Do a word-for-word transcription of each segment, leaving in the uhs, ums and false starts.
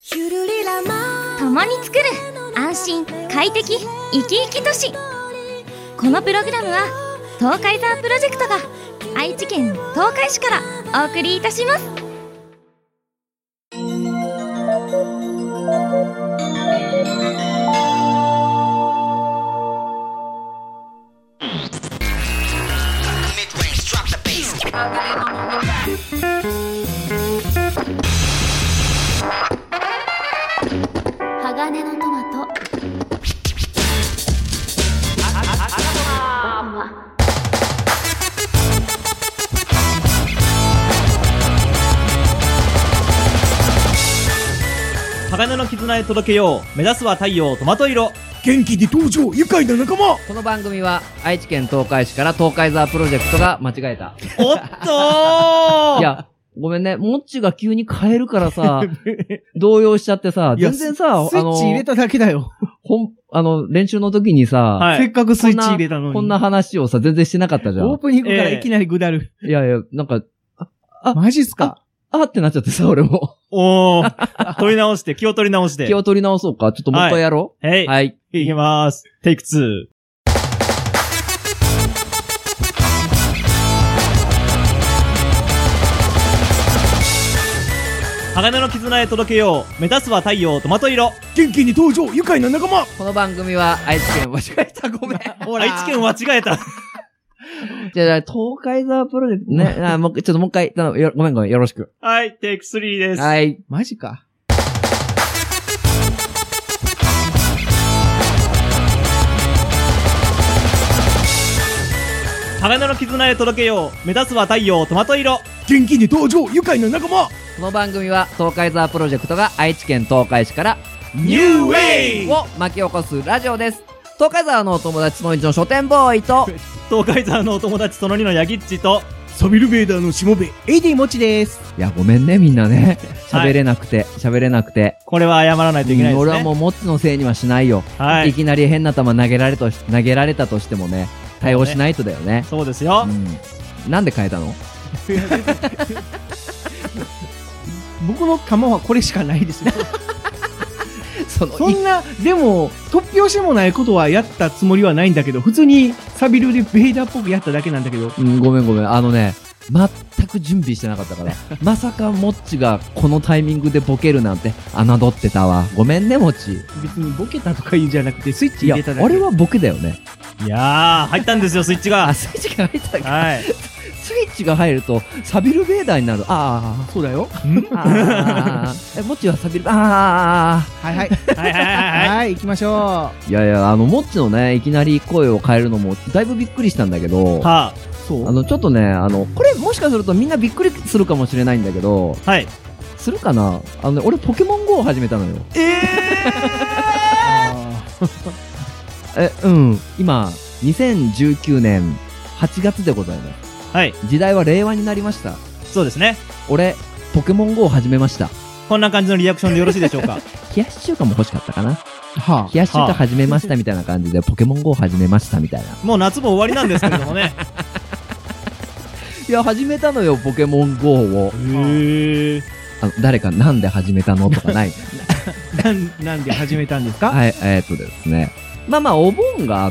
共に作る安心快適生き生き都市。このプログラムは東海ザープロジェクトが愛知県東海市からお送りいたします。鋼のトマト。 鋼の絆へ届けよう。目指すは太陽トマト色。 元気で登場愉快な仲間。 この番組は愛知県東海市から東海ザープロジェクトが間違えた。 おっとーいや、ごめんね。もっちが急に変えるからさ、動揺しちゃってさ、全然さ、 スイッチ入れただけだよ。 ほん、あの、練習の時にさ、 はい、 せっかくスイッチ入れたのに。 こんな話をさ、全然してなかったじゃん。 オープニングからいきなりぐだる。 えー、いやいや、なんか、あ、あ、 マジっすかあってなっちゃってさ、俺も。 おー。取り直して、気を取り直して。 気を取り直そうか。ちょっともう一回やろう。はい。 はい。 いきまーす。テイクツー。鋼の絆へ届けよう。目指すは太陽トマト色。 元気に登場愉快な仲間。 この番組は愛知県間違えた。ごめん。 愛知県間違えた。 じゃあ、東海ザープロジェクトね。あ、もう、ちょっともう一回、よごめんごめん、よろしく。 はい、テイクスリーです。 はい。 マジか。 鋼の絆へ届けよう。目指すは太陽トマト色。 元気に登場愉快な仲間。 この番組は東海ザープロジェクトが愛知県東海市からニューウェイを巻き起こすラジオです。東海ザーのお友達そのいちの書店ボーイと東海ザーのお友達そのにのヤギッチとサビルベーダーのしもべエイディモチです。 いやごめんねみんなね喋れなくて喋、はい、れなくてこれは謝らないといけないですね。 俺はもうモッチのせいにはしないよ、はい、いきなり変な球投げられと投げられたとしてもね対応しないとだよね。 そうですよ、 うん、なんで変えたの僕の球はこれしかないですよそ, のそんなでも突拍子もないことはやったつもりはないんだけど普通にサビルでベイダーっぽくやっただけなんだけど、 うん、ごめんごめんあのね全く準備してなかったからまさかモッチがこのタイミングでボケるなんて侮ってたわ。ごめんねモッチ。 別にボケたとか言うんじゃなくてスイッチ入れただけ。 いや俺はボケだよね。 いやー入ったんですよスイッチが。 あスイッチが入ったか、 はい、 スイッチが入るとサビルベーダーになる。ああそうだよ。 あえモッチはサビルああはいはいはいはいはいはい行きましょう。いやいやあのモッチのねいきなり声を変えるのもだいぶびっくりしたんだけど、 はあそうあのちょっとねあのこれもしかするとみんなびっくりするかもしれないんだけど、 はいするかなあの、ね、俺ポケモン ゴー を始めたのよ。 えーえうん今にせんじゅうきゅうねんはちがつでございます。 はい。 時代は令和になりました。 そうですね。 俺ポケモン ゴー を始めました。 こんな感じのリアクションでよろしいでしょうか。 冷やし中華も欲しかったかな。 はあ、 冷やし中華始めましたみたいな感じでポケモン ゴー を始めましたみたいな。 もう夏も終わりなんですけれどもね。 いや始めたのよポケモン ゴー を。 へー。 あの誰かなんで始めたのとかないな, なんで始めたんですか。 はいえー、っとですねまあまあお盆があって、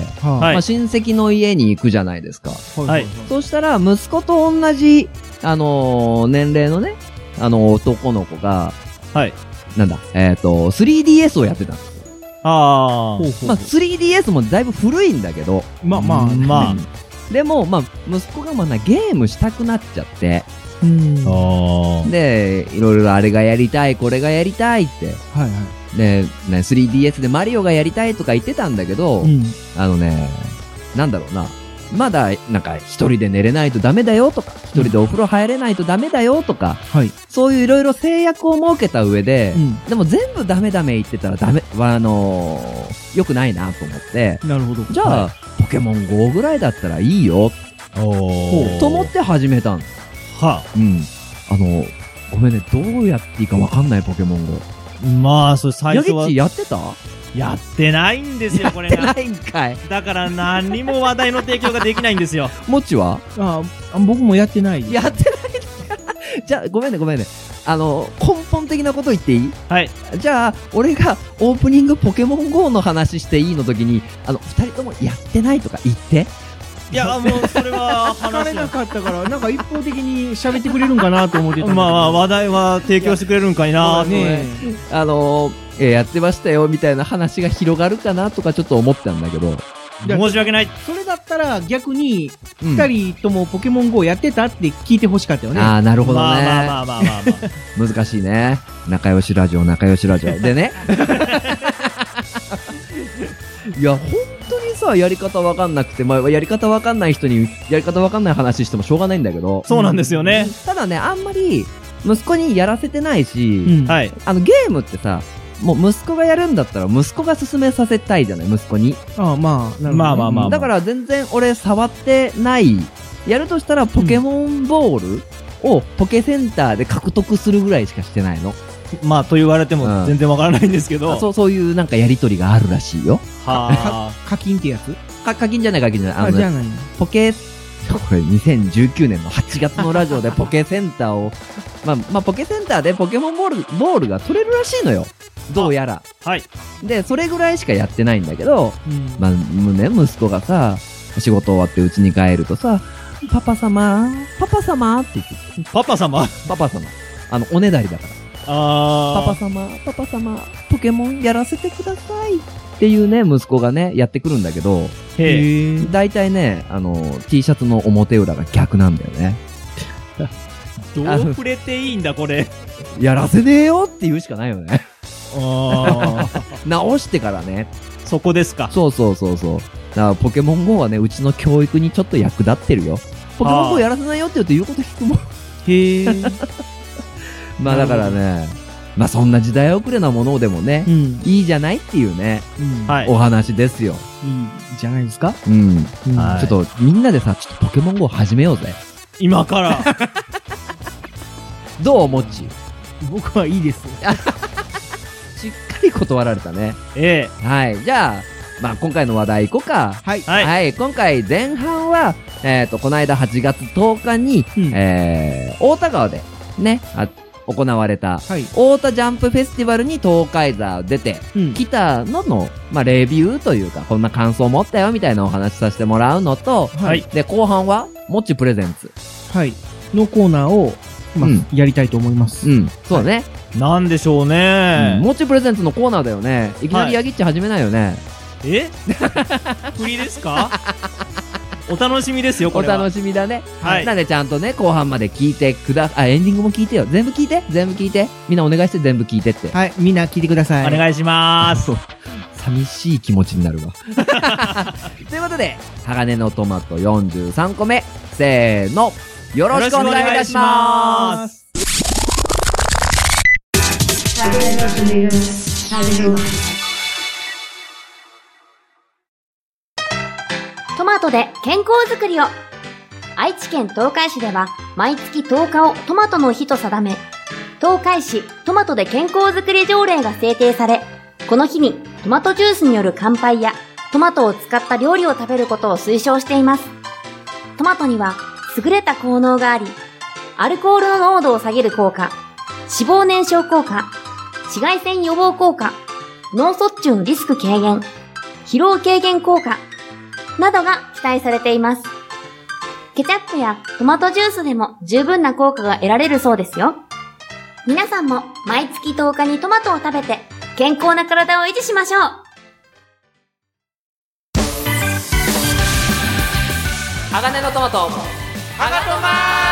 はあまあ、親戚の家に行くじゃないですか。 はい。 そうしたら息子と同じあのー、年齢のねあの男の子がはいなんだえー、っと スリーディーエス をやってたんですよ。 ああ。 まあ スリーディーエス もだいぶ古いんだけどまあまあまあでもまあ息子がまだゲームしたくなっちゃってうんでいろいろあれがやりたいこれがやりたいってはいはいで、ね、スリーディーエス でマリオがやりたいとか言ってたんだけど、うん、あのねなんだろうなまだなんか一人で寝れないとダメだよとか一人でお風呂入れないとダメだよとか、うん、そういういろいろ制約を設けた上で、うん、でも全部ダメダメ言ってたらダメあのー、よくないなと思ってなるほどじゃあ、はい、ポケモン ゴー ぐらいだったらいいよと思って始めたんです。 はあ、 うん。あの、ごめんね、どうやっていいかわかんないポケモン ゴー。 まあ、それ最初は。 ヤギッチやってた？ やってないんですよ、これが。 やってないんかい。 だから何にも話題の提供ができないんですよ。 もちは？ ああ、僕もやってない。 やってないじゃあ、ごめんね、ごめんね。 あの、根本的なこと言っていい？ はい。 じゃあ、俺がオープニングポケモン ゴー の話していいの時に、あの、二人ともやってないとか言って。 いや、もう、それは聞かれ話なかったから、なんか一方的に喋ってくれるんかなと思ってたんだけど。 まあまあ、話題は提供してくれるんかいなーとね。 あのー、えー、やってましたよ、みたいな話が広がるかなとかちょっと思ってたんだけど。 申し訳ない。 それだったら逆に、二人ともポケモン ゴー やってたって聞いてほしかったよね。 ああ、なるほどね。 まあまあまあまあまあまあ。 難しいね。仲良しラジオ、仲良しラジオ。でね。いや、本当にさ、やり方わかんなくて、まあ、やり方わかんない人に、やり方わかんない話してもしょうがないんだけど。 そうなんですよね。 ただね、あんまり、息子にやらせてないし、 うん、 はい。 あの、ゲームってさ、もう息子がやるんだったら息子が進めさせたいじゃない、息子に。 ああ、まあ、なるほどね、 まあまあまあ。 だから全然俺触ってない。やるとしたらポケモンボールをポケセンターで獲得するぐらいしかしてないの。 まあ、と言われても全然わからないんですけど。 うん、そう、そういうなんかやりとりがあるらしいよ。 はあ。 課金ってやつ？ か、課金じゃない課金じゃない。あの、ね、 あ、じゃない。 ポケ、これにせんじゅうきゅうねんのはちがつのラジオでポケセンターを、まあ、まあ、ポケセンターでポケモンボール、ボールが取れるらしいのよ。どうやら。 はい。 で、それぐらいしかやってないんだけど、 うん、 まあ、もうね、息子がさ、仕事終わって家に帰るとさ、パパ様、パパ様って言って。 パパ様パパ様。あの、おねだりだから。 あパパ様、パパ様、ポケモンやらせてくださいっていうね、息子がね、やってくるんだけど、 へえ。 大体ね、あの、T シャツの表裏が逆なんだよね。 どう触れていいんだ、これ。 やらせねえよって言うしかないよね。 ああ。 直してからね。 そこですか。 そうそうそうそう。だからポケモン ゴー はね、うちの教育にちょっと役立ってるよ。ポケモン ゴー やらせないよって言うと言うこと聞くもん。 へえ。 まあだからね、まあそんな時代遅れなものでもね、 うん、 いいじゃないっていうね、 うん、 はい、 お話ですよ。 いいじゃないですか。 うん。 うん、 はい、ちょっとみんなでさ、ちょっとポケモン ゴー 始めようぜ。 今から。 どうもっち？ 僕はいいです。 しっかり断られたね。 ええ。はい。じゃあ、まあ今回の話題行こうか。 はい。 はい。 はい。今回前半は、えっと、この間はちがつとおかに、うん、えー、大田川でね、あ行われた、はい、大田ジャンプフェスティバルに東海座出て、うん、来たのの、まあ、レビューというか、こんな感想を持ったよみたいなお話させてもらうのと、はい。で、後半は、もっちプレゼンツ。 はい。のコーナーを、まあ、うん、やりたいと思います。 うん。そうだね。 はい、なんでしょうね、 うん。もっちプレゼンツのコーナーだよね。いきなりヤギッチ始めないよね。 はい、え振りですかお楽しみですよ、これは。 お楽しみだね。 はい。 なんでちゃんとね、後半まで聞いてくだ、あ、エンディングも聞いてよ。全部聞いて。全部聞いて。みんなお願いして全部聞いてって。 はい。みんな聞いてください。 お願いしまーす。 寂しい気持ちになるわ。ということで、鋼のトマトよんじゅうさんこめ、せーの、よろしくお願いいたします。 トマトで健康づくりを。愛知県東海市では毎月とおかをトマトの日と定め、東海市トマトで健康づくり条例が制定され、この日にトマトジュースによる乾杯やトマトを使った料理を食べることを推奨しています。トマトには優れた効能があり、アルコールの濃度を下げる効果、脂肪燃焼効果、紫外線予防効果、脳卒中のリスク軽減、疲労軽減効果などが期待されています。ケチャップやトマトジュースでも十分な効果が得られるそうですよ。皆さんも毎月とおかにトマトを食べて健康な体を維持しましょう。 鋼のトマト、鋼トマ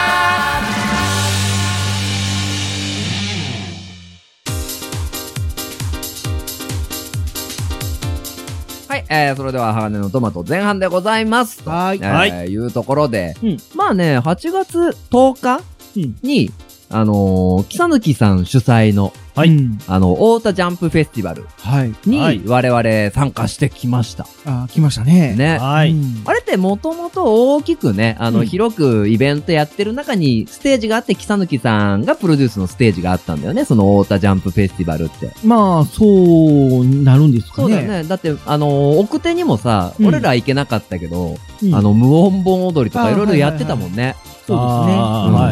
はい、えー、それでは鋼のトマト前半でございます。 はい。 えー、 はい。 いうところで、 うん、 まあね、はちがつとおかに、うん、あのー、木佐貫さん主催の、 はい。 あの、大田ジャンプフェスティバルに我々参加してきました。 ああ、来ましたね。 ね。 はい。 あれってもともと大きくね、あの、うん、広くイベントやってる中にステージがあって、木佐貫さんがプロデュースのステージがあったんだよね、その大田ジャンプフェスティバルって。 まあ、そうなるんですかね。 そうだよね。だって、あの、奥手にもさ、うん、俺ら行けなかったけど、うん、あの、無音本踊りとかいろいろやってたもんね。 そうですね。 はい。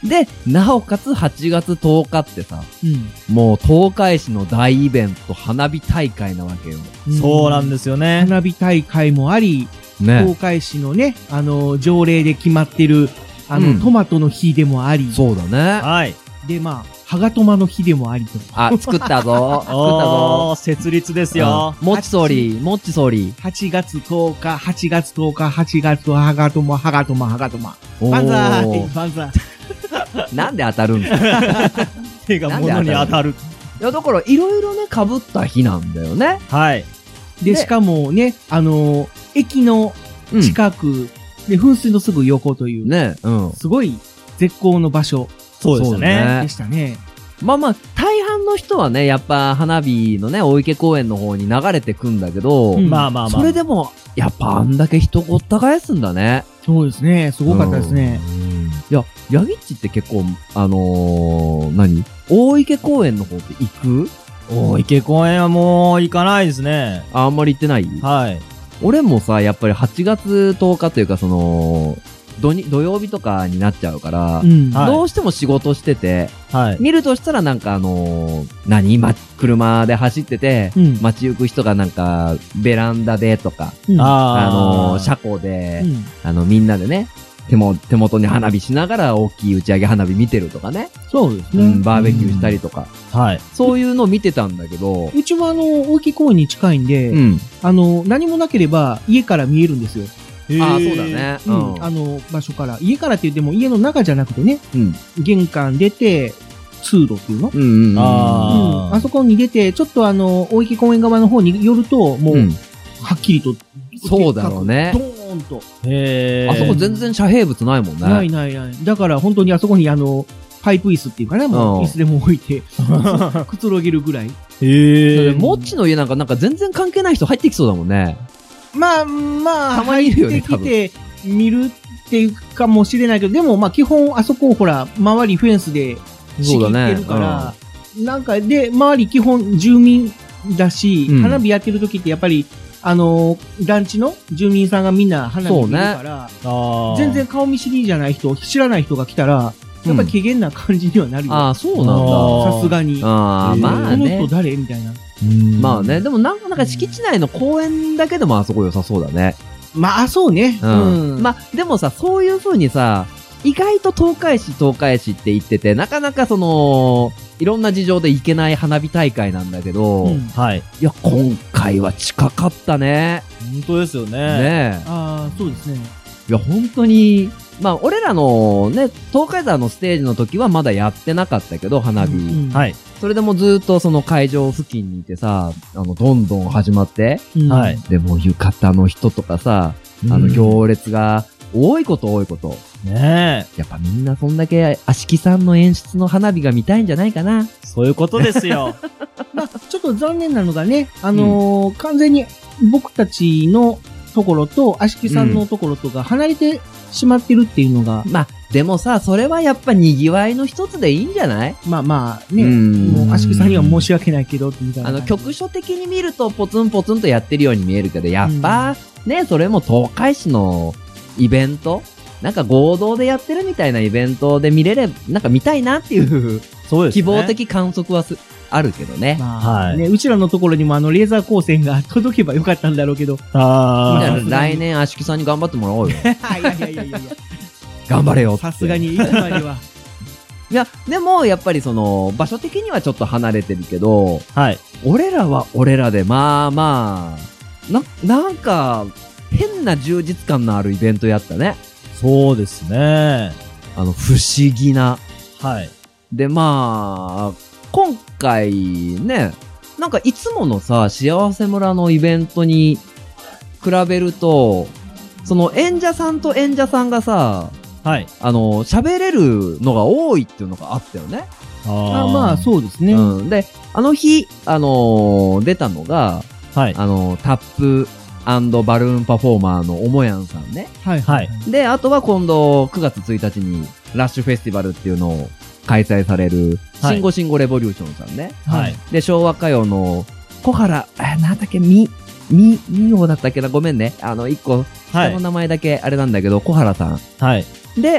で、なおかつはちがつとおかってさ、 うん。 もう東海市の大イベント、花火大会なわけよ。 そうなんですよね。 花火大会もあり、 ね。 東海市のね、あの、条例で決まってる、あの、 うんトマトの日でもあり、 そうだね。 はい。 で、まあ、ハガトマの日でもありと。 あ、作ったぞ。作ったぞ。 おー、設立ですよ。 もっち総理、もっち総理。 はちがつとおか、はちがつとおか、はちがつとハガトマ、ハガトマ、ハガトマ。 おー万歳万歳なんで当たるんだよ。 手が物に当たる。 いや、だから、いろいろね、被った日なんだよね。 はい。 で、 ねしかもね、あの、駅のうん。 近く、で、噴水のすぐ横という、 ね、うん。 すごい絶好の場所そうですよね。 でしたね。 まあまあ、大半の人はね、やっぱ花火のね、大池公園の方に流れてくんだけど、 うんまあまあまあ。 それでも、やっぱあんだけ人ごった返すんだね。 そうですね。すごかったですね。 うん。いや、ヤギッチって結構、あのー、何大池公園の方って行く？ 大池公園はもう行かないですね。 あんまり行ってない？ はい。 俺もさ、やっぱりはちがつとおかというか、その、土に土曜日とかになっちゃうから、 うん。 はいどうしても仕事してて、 はい。 見るとしたらなんかあのー何ま、車で走ってて、 うん。 街行く人がなんか、ベランダでとか、 うんああのーー、 車庫でう、んあの、みんなでね、手も、手元に花火しながら大きい打ち上げ花火見てるとかね、 そうですね。 うん、バーベキューしたりとか、 はい。 そういうのを見てたんだけど、 うちもあの、大木公園に近いんで、 うん。 あの、何もなければ家から見えるんですよ。 ああ、そうだ。ね。 ううんん。あの、場所から。家からって言っても家の中じゃなくてね、 うん。 玄関出て、通路っていうのうんうんうん。 あうん。あそこに出て、ちょっとあの、大木公園側の方に寄ると、もう、 うんはっきりと、 そうだろうねドーンと。 へー。 あそこ全然遮蔽物ないもんね。 ないないない。だから本当にあそこにあの、パイプ椅子っていうかな、もうんう椅子でも置いて、くつろげるぐらい。 そへー。 れでモッチの家なんかなんか全然関係ない人入ってきそうだもんね。 まあ、まあ、 たまにいるよね入ってきて見るっていうかもしれないけど、でもまあ基本あそこをほら、周りフェンスで仕切ってるから、なんかで、周り基本住民だし、 うん花火やってる時ってやっぱり、あのー団地の住民さんがみんな花火見るから、 あー全然顔見知りじゃない人、知らない人が来たら、やっぱり怪げな感じにはなるよ。 ああ、そうなんだ。 あーさすがに。 ああ、 へーまあこのね人。誰みたいな。 まあね。でもなんか、なんか敷地内の公園だけでもあそこ良さそうだね。 まあ、そうね。 ううんん。 まあ、でもさ、そういう風にさ、意外と東海市、東海市って言ってて、なかなかその、いろんな事情で行けない花火大会なんだけど、 うんいはい。 や、今回は近かったね。 本当ですよね。 ねえ。 ああ、そうですね。 いや、本当に、まあ、俺らのね、東海山のステージの時はまだやってなかったけど、花火。 うんはい。 それでもずっとその会場付近にいてさ、あの、どんどん始まって、 うんはい。 でも浴衣の人とかさ、あの、行列が多いこと多いこと。 ねやっぱみんなそんだけ、あしきさんの演出の花火が見たいんじゃないかな。 え。そういうことですよ。 まあ、ちょっと残念なのがね、あのー完全に僕たちのところと、足木さんのところとが離れてしまってるっていうのが、 まあ、でもさ、それはやっぱ賑わいの一つでいいんじゃない？ まあまあね、 うんもう足木さんには申し訳ないけど、みたいなあの、 感じ。 局所的に見るとポツンポツンとやってるように見えるけど、やっぱ、ね、それも東海市のイベントなんか合同でやってるみたいなイベントで見れれば、なんか見たいなっていうそうですね。 希望的観測はすあるけどね。 まあ、 はいね、うちらのところにもあのレーザー光線が届けばよかったんだろうけど。 あじゃあー来年、あしきさんに頑張ってもらおうよ。 いやいやいやいやいや、 頑張れよって。 さすがにいつまでは。 いや、でも、やっぱりその、場所的にはちょっと離れてるけど、 はい。 俺らは俺らで、まあまあ、な、なんか、変な充実感のあるイベントやったね。 そうですね。 あの、不思議な。 はい。 で、まあ、今回ね、なんかいつものさ、幸せ村のイベントに比べると、その演者さんと演者さんがさ、 はい。 あの、喋れるのが多いっていうのがあったよね。 ああまあ、そうですね。 うん。で、あの日、あのー出たのが、 はい。 あのータップバルーンパフォーマーのおもやんさんね。 はいはい。 で、あとは今度くがつついたちにラッシュフェスティバルっていうのを開催される、 はいシンゴシンゴレボリューションさんね。 はい。 で、昭和歌謡の小原、あ、なんだっけ、み、み、みおだったっけな、ごめんね。あの、一個、 はい。 下の名前だけあれなんだけど、小原さん。 はい。 で、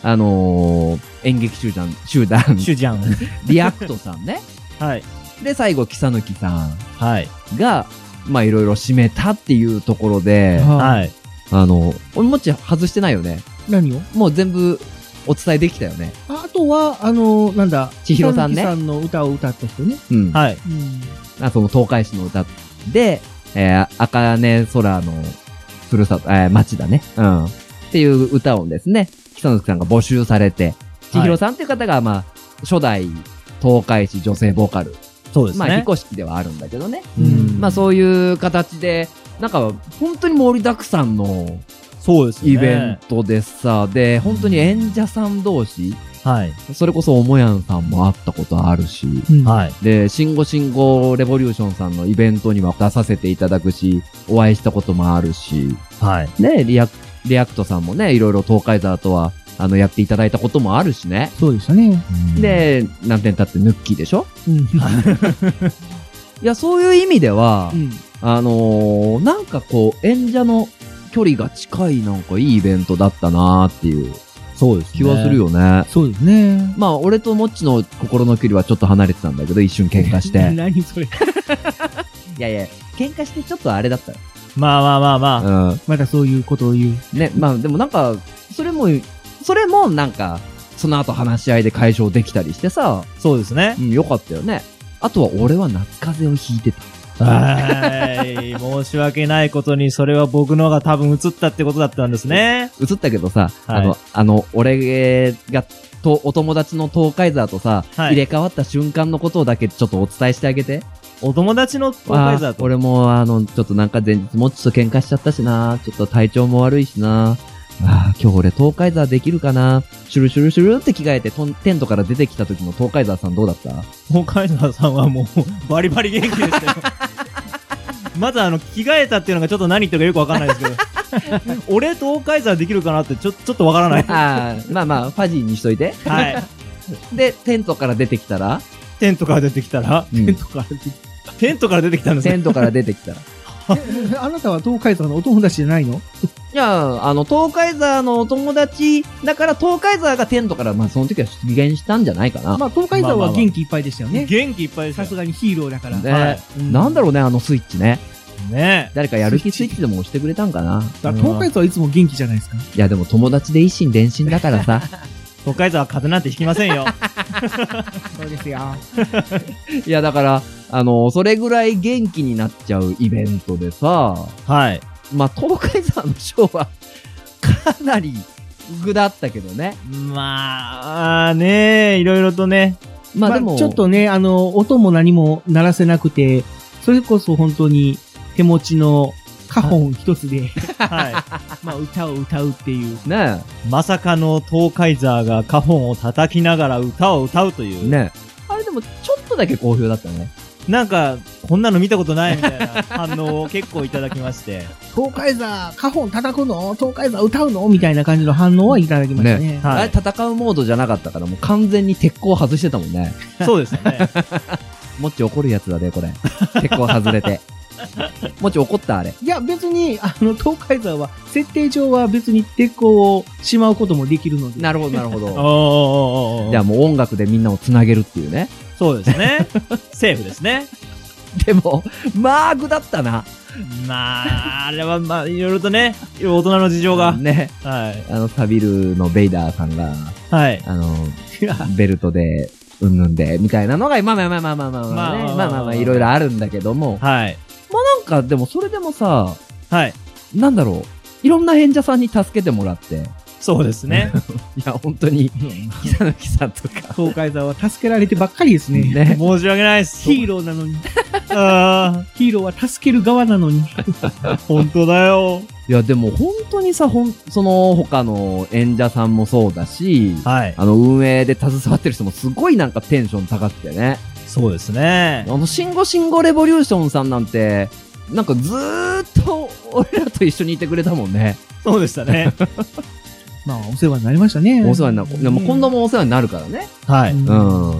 あのー、演劇集団、集団、 シュジャン。 リアクトさんね。 はい。 で、最後、キサヌキさんはい。 が、まあ、いろいろ締めたっていうところで、 はい。 あの、俺もっち外してないよね。 何を？ もう全部お伝えできたよね。 あとは、あの、なんだ、 千尋さんね。 千尋さんの歌を歌った人ね。 うん。 はい。 うん、あその東海市の歌で、えー、赤根空のふるさと、えー、町だね。うん。っていう歌をですね、久野さんが募集されて、千尋さんっていう方が、まあ、初代東海市女性ボーカル。 そうですね。 まあ、彦式ではあるんだけどね。 うん。 まあ、そういう形で、なんか、本当に盛りだくさんの、 そうですね。 イベントでさ、で、本当に演者さん同士、 はい。 それこそおもやんさんも会ったことあるし、 うん、 はい。 で、シンゴシンゴレボリューションさんのイベントには出させていただくし、お会いしたこともあるし、 はい。 ね、リアク、リアクトさんもね、いろいろ東海座とは、あの、やっていただいたこともあるしね。 そうでしたね。 で、何点経ってヌッキーでしょ？ うん。いや、そういう意味では、 うん、 あのー、なんかこう、演者の距離が近いなんかいいイベントだったなーっていう。 そうですね。 気はするよね。 そうですね。 まあ、俺とモッチの心の距離はちょっと離れてたんだけど、一瞬喧嘩して。 何それ。 いやいや、喧嘩してちょっとあれだったよ。 まあまあまあまあ。 うん。 まだそういうことを言う。 ね、まあでもなんか、それも、それもなんか、その後話し合いで解消できたりしてさ。 そうですね。 うん、よかったよね。あとは俺は夏風邪をひいてた。 はい。申し訳ないことに、それは僕のが多分映ったってことだったんですね。 映ったけどさ、 はい、 あの、あの、俺が、と、お友達の東海座とさ、はい、入れ替わった瞬間のことをだけちょっとお伝えしてあげて。 お友達の東海座と。 俺も、あの、ちょっとなんか前日もちょっと喧嘩しちゃったしな、ちょっと体調も悪いしな。ああ、今日俺東海座できるかな。シュルシュルシュルって着替えてテントから出てきた時の東海座さんどうだった？ 東海座さんはもうバリバリ元気でしたよ。まずあの着替えたっていうのがちょっと何言ってるかよくわかんないですけど。俺東海座できるかなってちょちょっとわからない。 ああ、まあまあファジーにしといて。 はい。 でテントから出てきたら？ テントから出てきたら？ うん、テントから出てきた。 テントから出てきたんですテントから出てきたら。 あなたは東海座のお友達じゃないの？ いや、あの、東海座のお友達だから、東海座がテントから、まあ、その時は出現したんじゃないかな。 まあ、東海座は元気いっぱいでしたよね。 元気いっぱいでした。 さすがにヒーローだから。 ね、 はいうん、なんだろうね、あのスイッチね。 ね誰かやる気スイッチでも押してくれたんかな。 東海座はいつも元気じゃないですか。 いや、でも友達で一心伝心だからさ。 東海座は風邪なんてひきませんよ。 そうですよ。 いや、だから、あの、それぐらい元気になっちゃうイベントでさ、 はい。 まあ、東海座のショーは、かなり具だったけどね。 まあ、ねえ、いろいろとね。 まあでも、まあ、ちょっとね、あの、音も何も鳴らせなくて、それこそ本当に手持ちのカホン一つで、はい。まあ、歌を歌うっていう。 ねえ。まさかの東海座がカホンを叩きながら歌を歌うという。 ねえ。あれでも、ちょっとだけ好評だったね。 なんか、こんなの見たことないみたいな反応を結構いただきまして。 東海座、カホン叩くの？東海座歌うの？みたいな感じの反応はいただきましたね。ねはい、あれ戦うモードじゃなかったから、もう完全に鉄鋼外してたもんね。 そうですよね。 もっち怒るやつだね、これ。鉄鋼外れて。もっち怒ったあれ。 いや、別に、あの、東海座は、設定上は別に鉄鋼をしまうこともできるので。 なるほど、なるほど。 おーじゃあもう音楽でみんなをつなげるっていうね。 そうですね。セーフですね。 でも、まあ、具だったな。 まあ、あれは、まあ、いろいろとね、大人の事情が。 ね。 はい。 あの、サビルのベイダーさんが、 はい。 あの、ベルトで、うんぬんで、みたいなのが、まあまあまあまあまあまあまあ、ね、まあまあまあまあ、いろいろあるんだけども。 はい。 まあなんか、でもそれでもさ、 はい。 なんだろう、いろんな演者さんに助けてもらって。 そうですね。 いや、本当に、北貫さんとか。 東海座は助けられてばっかりですね。 ね。 申し訳ないです。 ヒーローなのに。 あヒーローは助ける側なのに。 本当だよ。 いや、でも本当にさ、ほん、その他の演者さんもそうだし、 はい。 あの、運営で携わってる人もすごいなんかテンション高くてね。 そうですね。 あの、シンゴシンゴレボリューションさんなんて、なんかずーっと俺らと一緒にいてくれたもんね。 そうでしたね。 まあ、お世話になりましたね。 お世話になる。でも今度もお世話になるからね。 はい。 うん。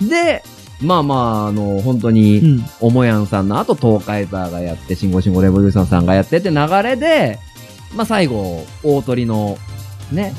で、まあまあ、あの、本当に、おもやんさんの後、東海座がやって、シンゴシンゴレボリューションさんがやってって流れで、まあ最後、大鳥の、ね、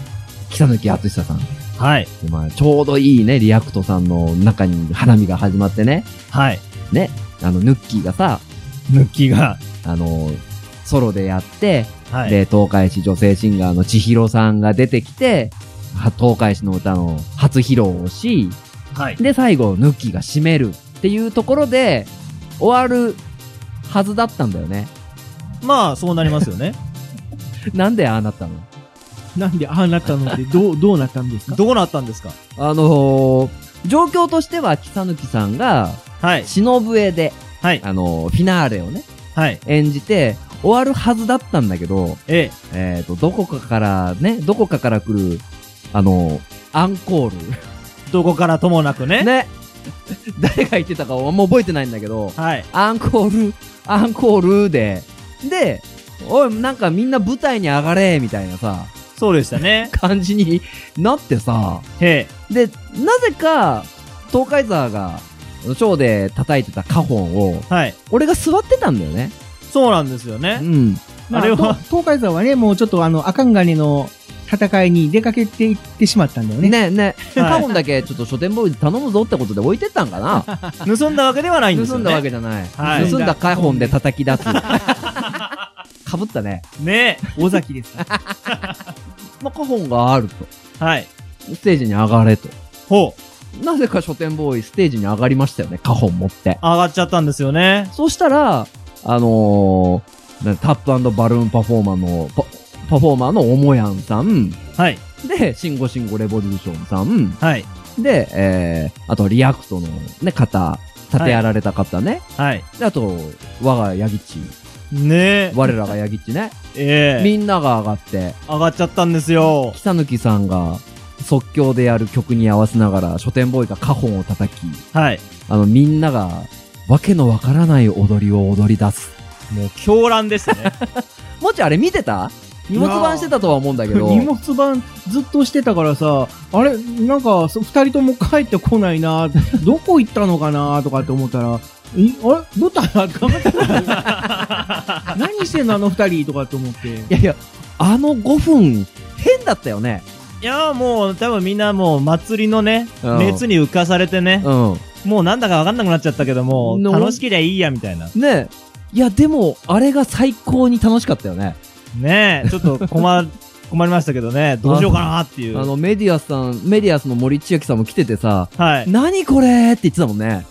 北貫敦久さん。 はい。 でまあ、ちょうどいいね、リアクトさんの中に花見が始まってね。 はい。 ね、あの、ヌッキーがさ、 ヌッキーが、 あの、ソロでやって、 はい。 で、東海市女性シンガーの千尋さんが出てきて、は東海市の歌の初披露をし、 はい。 で、最後、ヌッキーが締めるっていうところで、終わるはずだったんだよね。 まあ、そうなりますよね。 なんでああなったの？ なんでああなったのって、どう、どうなったんですか？ どうなったんですか？ あのー、状況としては、北貫さんが、 はい。 忍笛で、 はい。 あのー、フィナーレをね、 はい。 演じて、終わるはずだったんだけど、 ええっと、どこかからね、どこかから来る、あのー、アンコール。 え。どこからともなくね。 ね。誰が言ってたかはもう覚えてないんだけど、 はい。 アンコール、アンコールで、で、おい、なんかみんな舞台に上がれ、みたいなさ、 そうでしたね。 感じになってさ、 へで、なぜか、東海沢が、ショーで叩いてたカホンを、 え。はい。 俺が座ってたんだよね。 そうなんですようね。 ん。 まあ、 あれはと東海沢はね、もうちょっとあの、赤金の戦いに出かけていってしまったんだよね。 ねね、 はいカホンだけちょっと書店ボーイで頼むぞってことで置いてったんかな。 盗んだわけではないんですよね。 盗んだわけじゃない。 はい盗んだカホンで叩き出す。かぶったね。 ね尾崎です。 まあ、カホンがあると。 え。はい。 ステージに上がれと。 ほう。 なぜか書店ボーイステージに上がりましたよね、カホン持って。 上がっちゃったんですよね。 そうしたら、あのー、なタップ&バルーンパフォーマーの、パパフォーマーのおもやんさん、 はい。 で、シンゴシンゴレボリューションさん、 はい。 で、えー、あとリアクトのね、方、立てやられた方ね。 はい。 で、あと、我がヤギッチ、 ねえ。 我らがヤギッチね。 ええ。 みんなが上がって、 上がっちゃったんですよ。 北貫さんが即興でやる曲に合わせながら、書店ボーイがカホンを叩き、 はい。 あの、みんなが、わけのわからない踊りを踊り出す。 もう狂乱でしたね。 もっちあれ見てた？荷物番してたとは思うんだけど。 荷物番ずっとしてたからさ、あれ、なんか、そ二人とも帰ってこないな、どこ行ったのかなとかって思ったら、いあれどうったんだ何してんのあの二人とかって思って。 いやいや、あのごふん、変だったよね。 いやーもう多分みんなもう祭りのね、 うん熱に浮かされてね、 うん。 もうなんだかわかんなくなっちゃったけども、 の楽しけりゃいいやみたいな。 ねえ。いや、でも、あれが最高に楽しかったよね。 ねえ、ちょっと困、困りましたけどね、どうしようかなっていう。 あの、メディアスさん、メディアスの森千秋さんも来ててさ、 はい。 何これって言ってたもんね。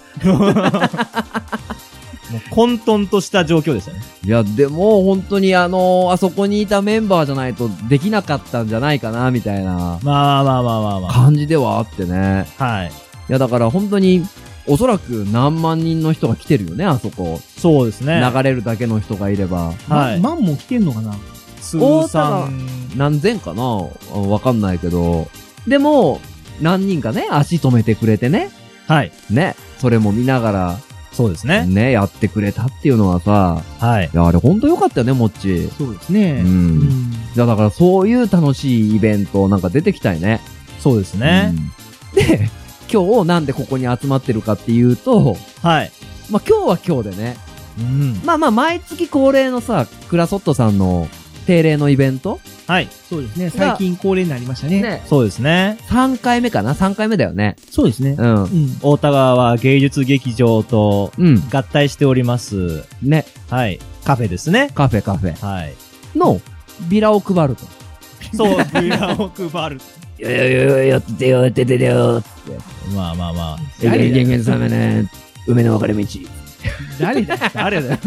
もう混沌とした状況でしたね。 いや、でも、本当にあのあそこにいたメンバーじゃないとできなかったんじゃないかな、みたいなまあまあまあまあまあ。 感じではあってね。 はい。 いや、だから本当に、おそらく何万人の人が来てるよね、あそこ。 そうですね。 流れるだけの人がいれば。 はいま、マンも来てんのかな通算、 何千かなわかんないけど。でも、何人かね、足止めてくれてね。 はい。 ね。それも見ながら、 そうですね。 ね、やってくれたっていうのはさ、 はい。 いや、あれほんとよかったよね、もっち。 そうですね。 う。 うんん。 いや、だからそういう楽しいイベントなんか出てきたいね。 そうですね。 うんで、今日なんでここに集まってるかっていうと、 はい。 まあ今日は今日でね、 うん。 まあまあ毎月恒例のさ、クラソットさんの定例のイベントはい。 そうですね。最近恒例になりましたね。 ね、 そうですね。 さんかいめかな ?さん 回目だよね。 そうですね。 うん。 うん。 大田川芸術劇場とうん。 合体しております。 ね。 はい。カフェですね。 カフェカフェはい。 のビラを配ると。 そう、ビラを配る。 いやいやいや、やっててよ、やっててよ、つって。 まあまあまあ。 誰だよ人間様ね、梅の分かれ道。 誰だよ誰だよ。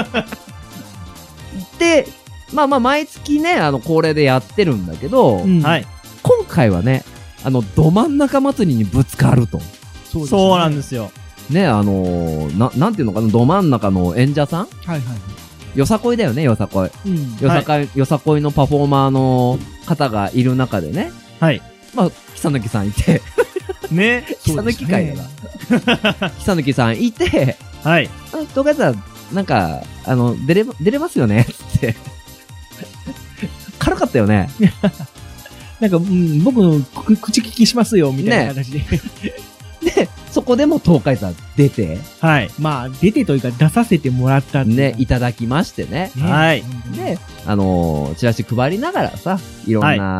で、まあまあ毎月ね、あの恒例でやってるんだけど、 うんはい。 今回はね、あの、ど真ん中祭りにぶつかると。 そうですねそうなんですよ。 ね、あのー、な、なんていうのかな、ど真ん中の演者さんはいはい。 よさこいだよね、よさこい。 うん。 よさこい、よさこいのパフォーマーの方がいる中でね、 はい。 まあ、草抜さんいて、 ね。 草抜会だな。草抜さんいて、 はい。 あ、東海さん、なんか、あの、出れ、出れますよねつって。軽かったよね。 なんか、うん、僕のく口利きしますよ、みたいな形で。 で、そこでも東海さん出て、 はい。 まあ、出てというか出させてもらったっていうね、いただきましてね。 ねはい。 で、あのーチラシ配りながらさ、いろんな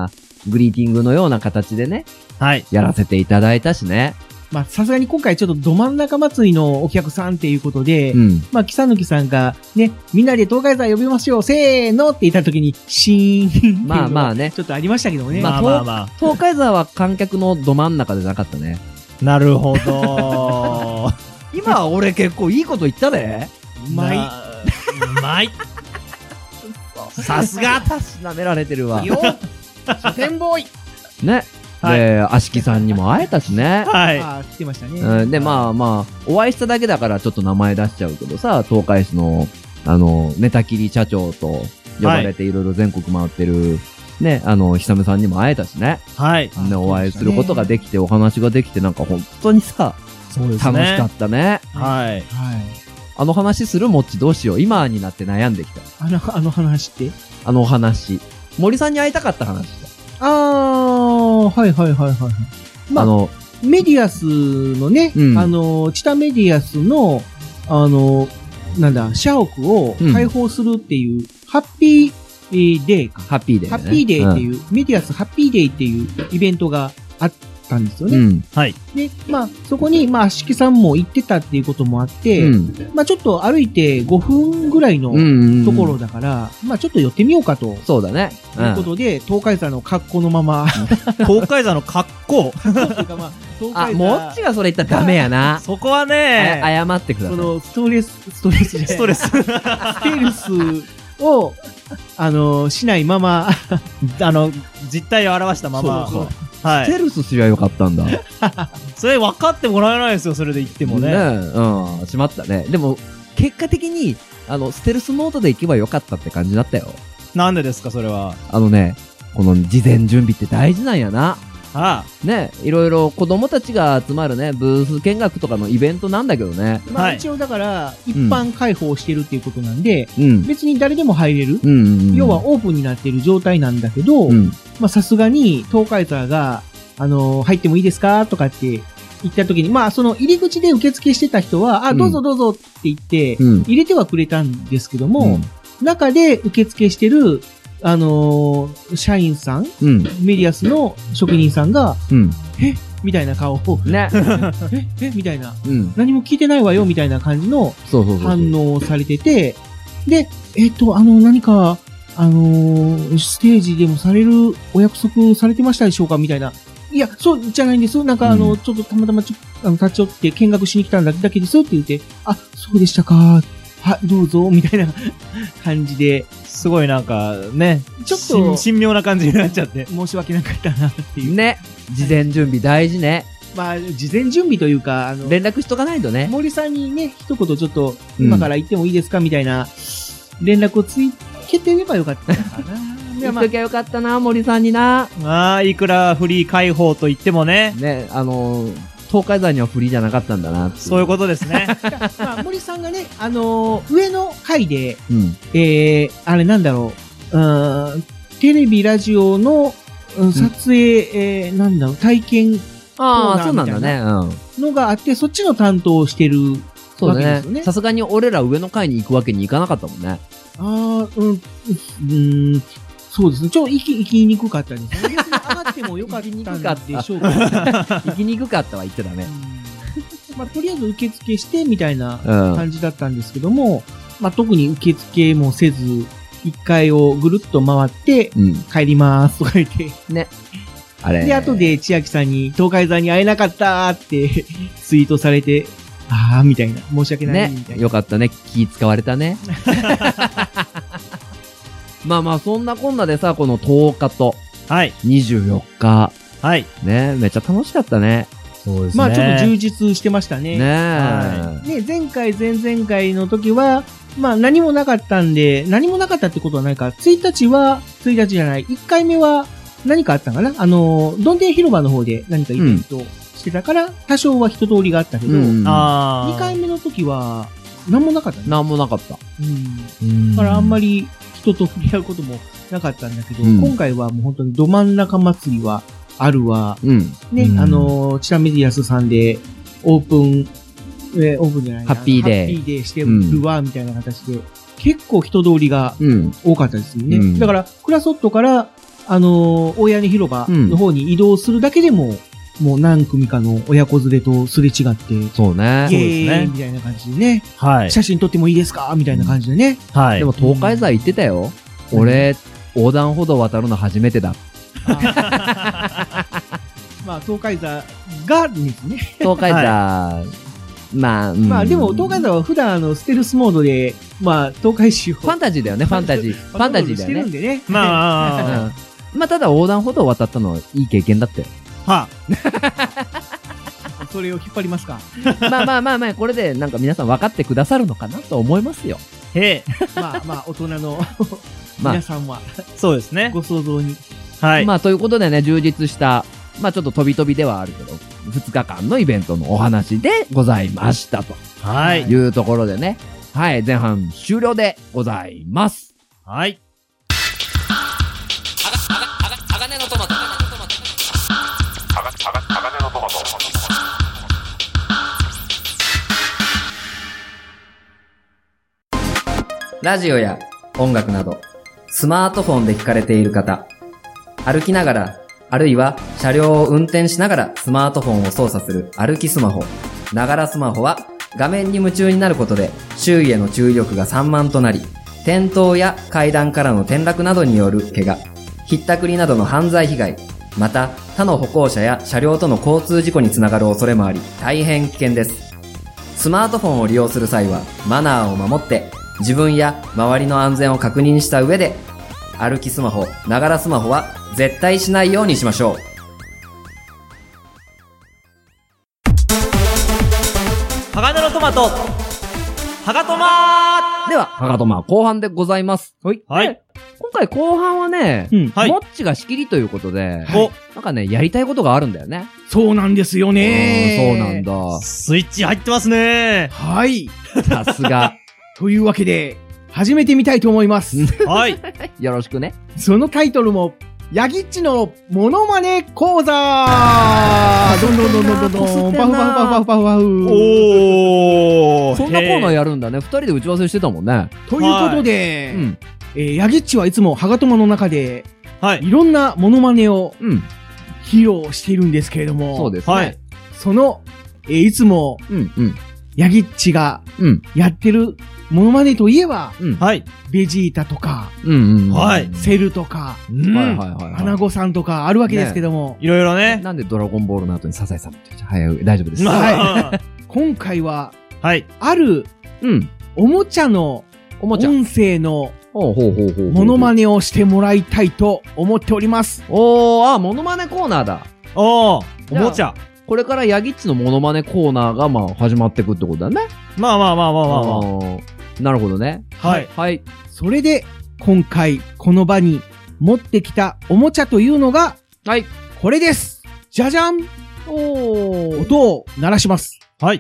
グリーティングのような形でね、 はい。 やらせていただいたしね。 まあ、さすがに今回ちょっとど真ん中祭りのお客さんっていうことで、 うん。 まあ、木さぬきさんが、ね、みんなで東海座呼びましょう、せーのって言った時に、シーン。 まあまあねちょっとありましたけどもね。 まあまあまあま東海座は観客のど真ん中でなかったね。 あ。なるほど。 今俺結構いいこと言ったで。 うまい。 なうまい。さすが。 たしなめられてるわ。 よ書店ボーイね。 はいで、あしきさんにも会えたしね。 はい。 ああ、来てましたね。 うん、で、まあまあ、お会いしただけだからちょっと名前出しちゃうけどさ、東海市の、あの、ネタ切り社長と呼ばれていろいろ全国回ってる、ね、あの、久めさんにも会えたしね。 はい。 あね、お会いすることができて、お話ができて、なんか本当にさ、 そうです楽ね。 しかったね。 はい。 はい。 あの話するもっちどうしよう。今になって悩んできた。 あの、あの話ってあのお話。森さんに会いたかった話だ。 ああ、はいはいはいはい。まああの、 メディアスのね、 うんあの、チタメディアスの、あの、なんだ、社屋を開放するっていう、ハッピーえーデーか。 ハッピーデー、ね。 ハッピーデーっていう、メディアスハッピーデーっていうイベントがあったんですよね。 うん。うん。 はい。 で、まあ、そこに、まあ、しきさんも行ってたっていうこともあって、 うん。 まあ、ちょっと歩いてごふんぐらいのうんうんうん。 ところだから、まあ、ちょっと寄ってみようかと。 そうだね。 ということで、東海座の格好のまま、 東海座の格好。 というかまあ、東あ、 海座もっちがそれ言ったらダメやな。 そこはあね、 謝ってください。 その、ストレス、ストレスじゃないストレス。 ステルスを、あの、しないまま、 あの、実態を表したまま。 そうそうはい。 ステルスすりゃよかったんだ。ねそれ分かってもらえないですよ、それで言ってもね。 うん。しまったね。でも、結果的に、あの、ステルスモードで行けばよかったって感じだったよ。 なんでですか、それは。 あのね、この事前準備って大事なんやな。 あね、いろいろ子供たちが集まるね、ブース見学とかのイベントなんだけどね。 まあ、 はい一応だから、一般開放してるっていうことなんで、 うん。 別に誰でも入れる。 うんうんうん。 要はオープンになってる状態なんだけど、 うん。 まあさすがに東海座が、あのー入ってもいいですかとかって言った時に、まあその入り口で受付してた人は、あ、 うんどうぞどうぞって言って、 うん。 入れてはくれたんですけども、中で受付してる、あのー社員さん、 うん。 メディアスの職人さんが、 うん。 みたいな顔を、 ね。 え、え、みたいな、 うん。 何も聞いてないわよ、みたいな感じのそうそうそうそう。 反応をされてて、で、えっと、あの、何か、あのーステージでもされるお約束されてましたでしょうかみたいな。いや、そうじゃないんです。なんか、あの、 うんちょっとたまたまちょあの立ち寄って見学しに来たんだだけですって言って、あ、そうでしたか。は、どうぞ、みたいな感じで、 すごいなんか、ね、 ちょっとし神妙な感じになっちゃって。 申し訳なかったなっていう。 ね。事前準備大事ね。 まあ、事前準備というか、あの、 連絡しとかないとね。 森さんにね、一言ちょっと、 うん今から行ってもいいですかみたいな、連絡をつけてればよかったのかな。いや、まあ言っときゃよかったな、森さんにな。 ああ、いくらフリー開放と言ってもね、 ね、あのー、東海山にはフリーじゃなかったんだなって。 そういうことですね。 まあ、森さんがね、あのー上の階で、 うん。 えー、あれなんだろう、うーんテレビ、ラジオの、うん撮影、えー、なんだろう、体験ああ、 そそううなんんなだねだね。うん。 のがあって、そっちの担当をしてるそうだわけですよねね。さすがに俺ら上の階に行くわけにいかなかったもんね。 ああ、うん、うーん、そうですね。ちょっと行き、行きにくかったですね。別に上がってもよかったんでしょうけど。 行きにくかったは言ってたね。 うんまあ、とりあえず受付してみたいなうん。 感じだったんですけども、まあ、特に受付もせず、一階をぐるっと回って、 うん。 帰りますとか言って、 あれ。 で、後で千秋さんに東海座に会えなかったってツイートされて、あーみたいな、申し訳ない、みたね。 いな。 よかったね。気使われたね。まあまあ、そんなこんなでさ、このとおかとはい。 にじゅうよっか、 はい。 ね、めっちゃ楽しかったね。 そうですね。 まあちょっと充実してましたね。 ねはえ。 ね、前回、前々回の時は、まあ何もなかったんで、何もなかったってことはないか、ついたちは、ついたちじゃない、いっかいめは何かあったかなあの、どんでん広場の方で何かイベントしてたから、多少は人通りがあったけど、 うん。 ああ。 にかいめの時は、何もなかったね。 なんもなかった。 うん。だからあんまり人と触れ合うこともなかったんだけど、 うん今回はもう本当にど真ん中祭りはあるわ。 うん。 ね、 うんあの、チラメディアスさんでオープン、えーオープンじゃないなハッピーデーハッピーデーしてるわ、みたいな形で、結構人通りがうん。 多かったですよね。 うんだから、クラソットから、 あのー、大屋根広場の方に移動するだけでも、うん、もう何組かの親子連れとすれ違って、 そうね。 イエーイみたいな感じでね。 はい。 写真撮ってもいいですかみたいな感じでね。 はい。 でも東海座行ってたよ。うん、俺、横断歩道渡るの初めてだ。 まあ、東海座がですね。 東海座、はい、まあ、うん、 まあ、でも東海座は普段あの、ステルスモードで、まあ、東海市を。 ファンタジーだよね、ファンタジー。ファンタジーだよね。してるんでね。 まあ、 うん、まあ、ただ横断歩道渡ったのはいい経験だったよ。 はあ。それを引っ張りますか。 まあまあまあまあ、これでなんか皆さん分かってくださるのかなと思いますよ。 へえ。 まあまあ、大人の皆さんは、 そうですね。 ご想像に。 はい。 まあ、ということでね、充実した、まあちょっと飛び飛びではあるけど、ふつかかんのイベントのお話でございましたと。 はい。 いうところでね、はい、前半終了でございます。 はい。 鋼のトマト。鋼のトマト。 ラジオや音楽など、スマートフォンで聞かれている方、歩きながら、あるいは車両を運転しながらスマートフォンを操作する歩きスマホ、ながらスマホは画面に夢中になることで周囲への注意力が散漫となり、転倒や階段からの転落などによる怪我、ひったくりなどの犯罪被害、また他の歩行者や車両との交通事故につながる恐れもあり大変危険です。スマートフォンを利用する際はマナーを守って自分や周りの安全を確認した上で、歩きスマホ、ながらスマホは絶対しないようにしましょう。 鋼のトマト、はがトマーでは、はがとま後半でございます。 はい。はい。 今回後半はね、 うん、 はい、もっちが仕切りということで、 お、 なんかね、やりたいことがあるんだよね。 そうなんですよね。 そうなんだ。 スイッチ入ってますね。 はい。 さすが。 というわけで、始めてみたいと思います。 はい。 よろしくね。 そのタイトルも、ヤギッチのモノマネ講座どんどんどんどんどんどん、パフパフパフパフパフパフ。 おー。 そんなコーナーやるんだね。二人で打ち合わせしてたもんね。 ということで、 はい、うんえー、ヤギッチはいつもハガトマの中で、 はい。 いろんなモノマネを、 うん。 披露しているんですけれども、 そうですね。 はい。 その、えー、いつも、 うんうん。 ヤギッチが、うん。やってるモノマネといえば、 うん。 はい。 ベジータとか、 うんうん。 はい。 セルとか、 うん。 はいはいはい。 アナゴさんとかあるわけですけども、 いろいろね。 なんでドラゴンボールの後にサザエさんって言っちゃう。はい、大丈夫です。 はい。今回は、 はい。 ある、 うん。 おもちゃの、 おもちゃ。 音声の、 ほうほうほうほう。 モノマネをしてもらいたいと思っております。 おー、あ、モノマネコーナーだ。 おー、おもちゃ。 これからヤギッチのモノマネコーナーが、まあ、始まっていくってことだね。 まあまあまあまあまあまあ。 なるほどね。 はい。 はい。 それで、今回、この場に持ってきたおもちゃというのが、 はい。 これです。じゃじゃん。おー。音を鳴らします。 はい。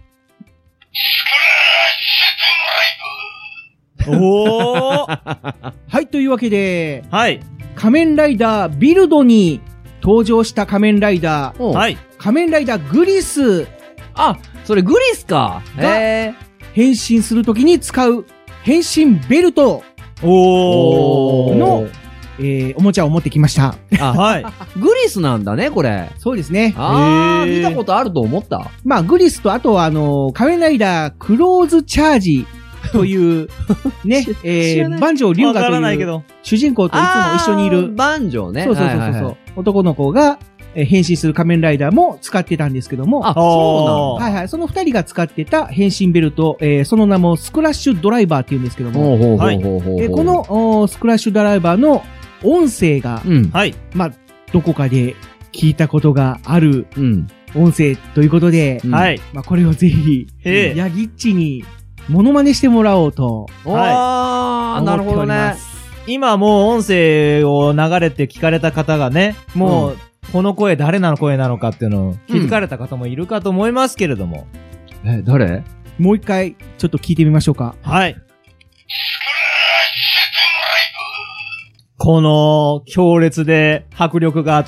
おー。 はい、というわけで、 はい。 仮面ライダービルドに登場した仮面ライダー、 はい。 仮面ライダーグリス。 あ、それグリスか。へー。 変身するときに使う変身ベルトおーの、えー、おもちゃを持ってきました。 あ、はい。グリスなんだね、これ。 そうですね。 あー、見たことあると思った。 まあ、グリスと、あとは、あのー、仮面ライダークローズチャージという、ね、えー、万丈龍河という主人公といつも一緒にいる。 万丈ね。 そうそうそうそう。はいはいはい、男の子が、えー、変身する仮面ライダーも使ってたんですけども。 あ、そうなんだ。はいはい。その二人が使ってた変身ベルト、えー、その名もスクラッシュドライバーって言うんですけども。 ほうほうほうほうほう。 はい、えー、このスクラッシュドライバーの音声が、 うん、 はい。 まあ、どこかで聞いたことがある、音声ということで、 うん、はい。 まあ、これをぜひ、ヤギッチにモノマネしてもらおうと。 はい。なるほどね。 今もう音声を流れて聞かれた方がね、もう、うん、この声誰の声なのかっていうのを気づかれた方もいるかと思いますけれども。 うん、え、誰？ もう一回、ちょっと聞いてみましょうか。 はい。この強烈で迫力があって、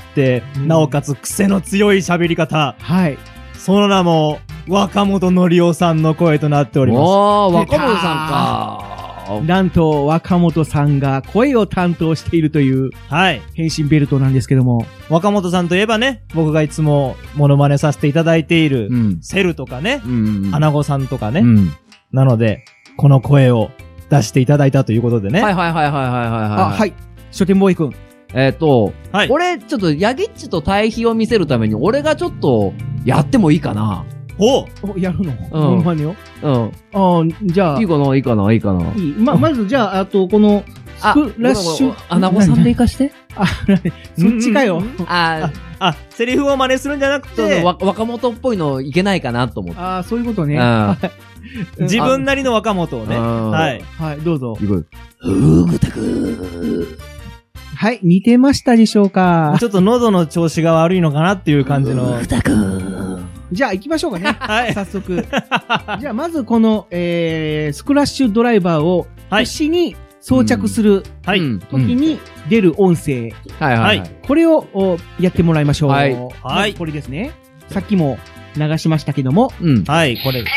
うん、なおかつ癖の強い喋り方。 はい。 その名も、若本のりおさんの声となっております。 おー、若本さんか。 なんと若本さんが声を担当しているというはい。 変身ベルトなんですけども。 若本さんといえばね、僕がいつもモノマネさせていただいている、 うん。 セルとかね、 うん。 アナゴさんとかね、 うん。 なので、この声を出していただいたということでね。 はいはいはいはいはいはい。 あ、はいい。書店ボーイくん。 えっと、 はい。 俺、ちょっと、ヤギッチと対比を見せるために、俺がちょっと、やってもいいかな。 ほう。 お、やるのうんモノマネをうん。 あーじゃあ、いいいかないいかないいかな。 いま、まずじゃあ、あと、この、スあ、 プラッシュ。 アナゴさんで行かして。 あ、そっちかよ。 ああ、セリフを真似するんじゃなくそうそう、 て、 わ若元っぽいのいけないかなと思って。 ああ、そういうことね。 うんはい自分なりの若本をね。 うんはい。 はい、どうぞ。 いく。ふぐたくはい、似てましたでしょうかちょっと喉の調子が悪いのかなっていう感じの。 ふたくじゃあ行きましょうかね。 はい。 早速。じゃあまずこの、えー、スクラッシュドライバーをはい腰に装着するはい。 うん時に出る音声。 はいはいはい。 これをおやってもらいましょう。 はいはいこれですね。さっきも流しましたけども。 うん。 はい、これ。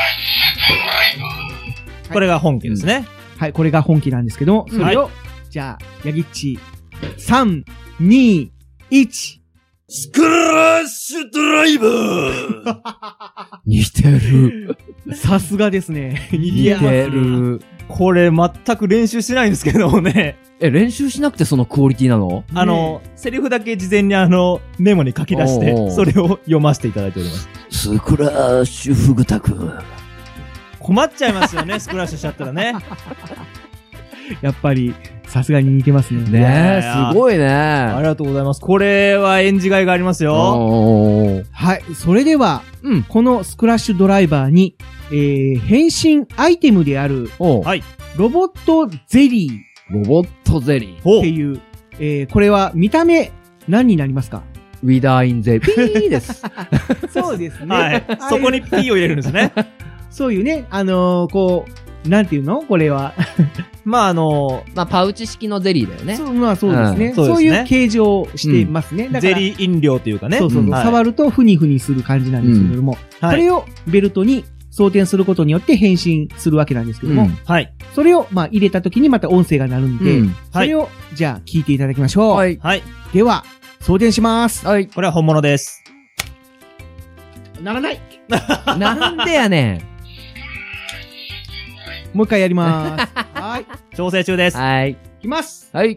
これが本家ですね。 はい、これが本気なんですけども。それを、じゃあ、ヤギッチ、さん、に、いち。 スクラッシュドライバー似てる。 さすがですね。 似てる。 これ全く練習してないんですけどもね。 え、練習しなくてそのクオリティなのあの、セリフだけ事前にあの、メモに書き出しおうおて、 うそれを読ませていただいております。 スクラッシュフグタくん。 困っちゃいますよね、スクラッシュしちゃったらね。 やっぱり、さすがに似てますね。 ねえ、すごいね。 ありあがとうございます。これは演じがいがありますよ。 おーはい。それでは、 うん。 このスクラッシュドライバーに、えー、変身アイテムである、 おうはい。 ロボットゼリーロボットゼリー。 ほうって。いう、えー、これは見た目、何になりますか？ ウィダーインゼピーです。 そうですね。 はい。そこに P を入れるんですね。 そういうね、あのー、こう、なんていうのこれは。 まああの、 まあ、パウチ式のゼリーだよね。 そう、まあそうですね。 うんそうですねそういう形状をしてますね。だからゼリー飲料というかね。 そうそうそう、 はい触るとフニフニする感じなんですけれども、 はいこれをベルトに装填することによって変身するわけなんですけども、 うんはい。 それをまあ入れた時にまた音声が鳴るんで、 うんそれをじゃあ聞いていただきましょう。 はい。 はい。 では、装填します。 はい。 これは本物です。 ならない。 なんでやねもう一回やります。はい。 調整中です。 ん。はい。 いきます。 はい。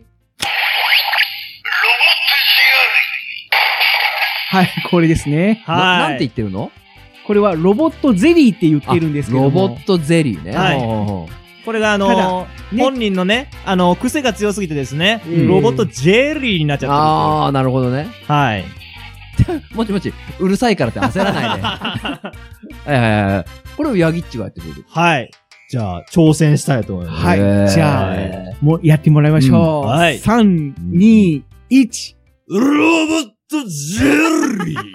はい、これですね。 なはい。 なんて言ってるのこれはロボットゼリーって言ってるんですけども。 ロボットゼリーね。 はいほうほうほこれがあのただーね本人のね、あのー癖が強すぎてですね、 うんロボットジェリーになっちうゃってあー、なるほどね。 るんですよ。はい。 もちもち、うるさいからって焦らないで。はいはいはい。これをヤギッチがやってくれる。 はい。じゃあ、挑戦したいと思います。 はい。 へーじゃあ、もうやってもらいましょう。 うんはいさん、に、いち。 ロボットジェリー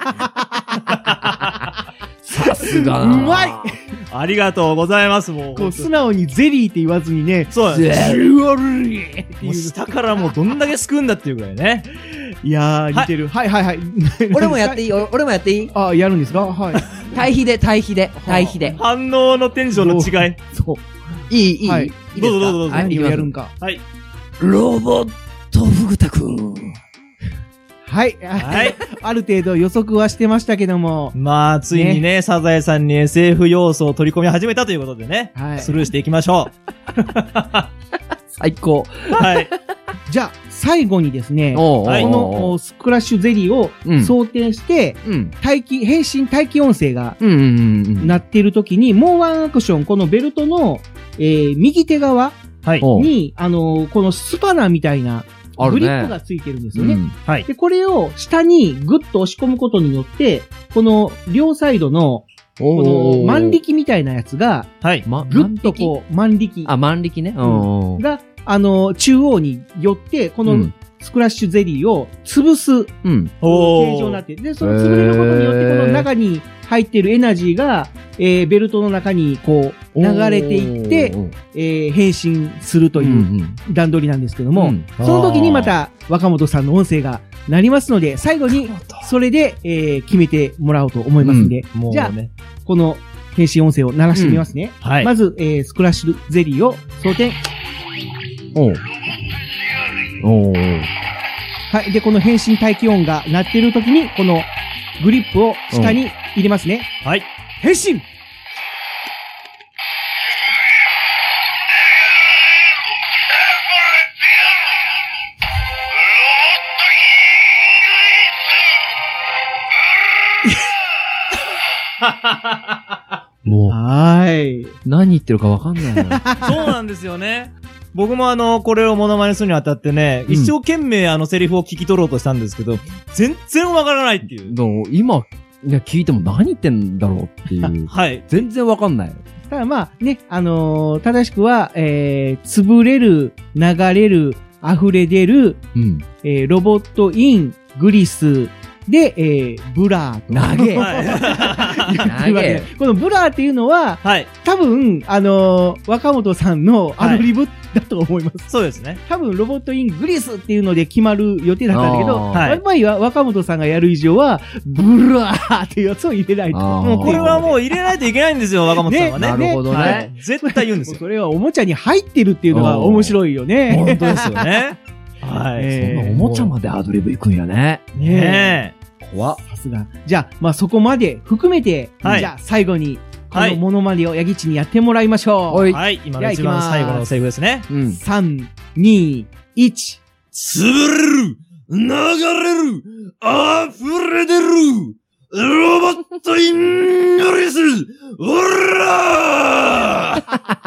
さすがうまいありがとうございます、もう。 こう、素直にゼリーって言わずにね、 そうなんです。 ジュアリーっていう。 もう下からもうどんだけすくんだっていうぐらいね。 いやー、似てる。はいはいはい。 俺もやっていい俺俺もやっていいあ、やるんですかはい。 対比で、対比で、対比で。 反応のテンションの違い。 そう。 いい、いい、 はいいいですかどうぞどうぞどうぞはい、 何いきますをやるんか。 はい。 ロボットフグタくん。 はい。 はい。 ある程度予測はしてましたけども。 まあ、ついにね、サザエさんに エスエフ 要素を取り込み始めたということでね、 はいスルーしていきましょ最高。 う。はい。 じゃあ、最後にですね、こおうおうおうはいのおスクラッシュゼリーをうん装填して、 うん。 待機、変身待機音声がうんうんうんうん。 なっている時に、もうワンアクション、このベルトの、えー、右手側はい。 おうに、あのーこのスパナみたいなあるねグリップがついてるんですよね。 うんはい。 で、これを下にグッと押し込むことによって、この両サイドの、こおーの万力みたいなやつが、 はい。 ま、 ぐっとこう、万力あ、万力ね。うん。 が、あのー中央に寄って、このうんスクラッシュゼリーを潰すうん。 おー形状になっている。で、その潰れることによって、この中に入っているエナジーが、えー、ベルトの中にこう、流れていって、えー、変身するとという段取りなんですけども、 うんその時にまた若本さんの音声が鳴りますので、最後にそれで、えー、決めてもらおうと思いますんで、じゃあ、 もうね。 この変身音声を鳴らしてみますね。 はい。 まず、えー、スクラッシュゼリーを装填。 おう。おう。 はい。で、この変身待機音が鳴ってる時に、このグリップを下に入れますね。 はい。 変身もう、 はーい。 何言ってるかわかんないな。 そうなんですよね。僕もあの、これをモノマネするにあたってね、 うん一生懸命あのセリフを聞き取ろうとしたんですけど、全然わからないっていう。 どう今、いや、聞いても何言ってんだろうっていう。 はい。 全然わかんない。 ただまあね、あのー正しくは、えー、潰れる、流れる、溢れ出る、 うん。 えー、ロボットイン、グリス、で、えー、ブラーと。 投げ。 は投げ。 このブラーっていうのは、 はい。 多分、あのー若本さんのアドリブだと思います。 そうですね。 多分、ロボットイングリスっていうので決まる予定だったんだけど、 あーはいやっぱり若本さんがやる以上は、ブラーっていうやつを入れないと。 あーもうこれはもう入れないといけないんですよ、若本さんはね。 なるほどね。 はい。絶対言うんですよ。 それはおもちゃに入ってるっていうのが面白いよね。 本当ですよね。はい。 えーそんなおもちゃまでアドリブ行くんやね。 ねえ。 怖っ。 さすが。じゃあ、まあそこまで含めて、 はいじゃあ最後に、こはいのモノマネをヤギッチにやってもらいましょう。 はいはい。今の一番最後のセリフですね。 うん。 さん、に、いち。 潰れる流れる溢れ出るロボットイングリスオラ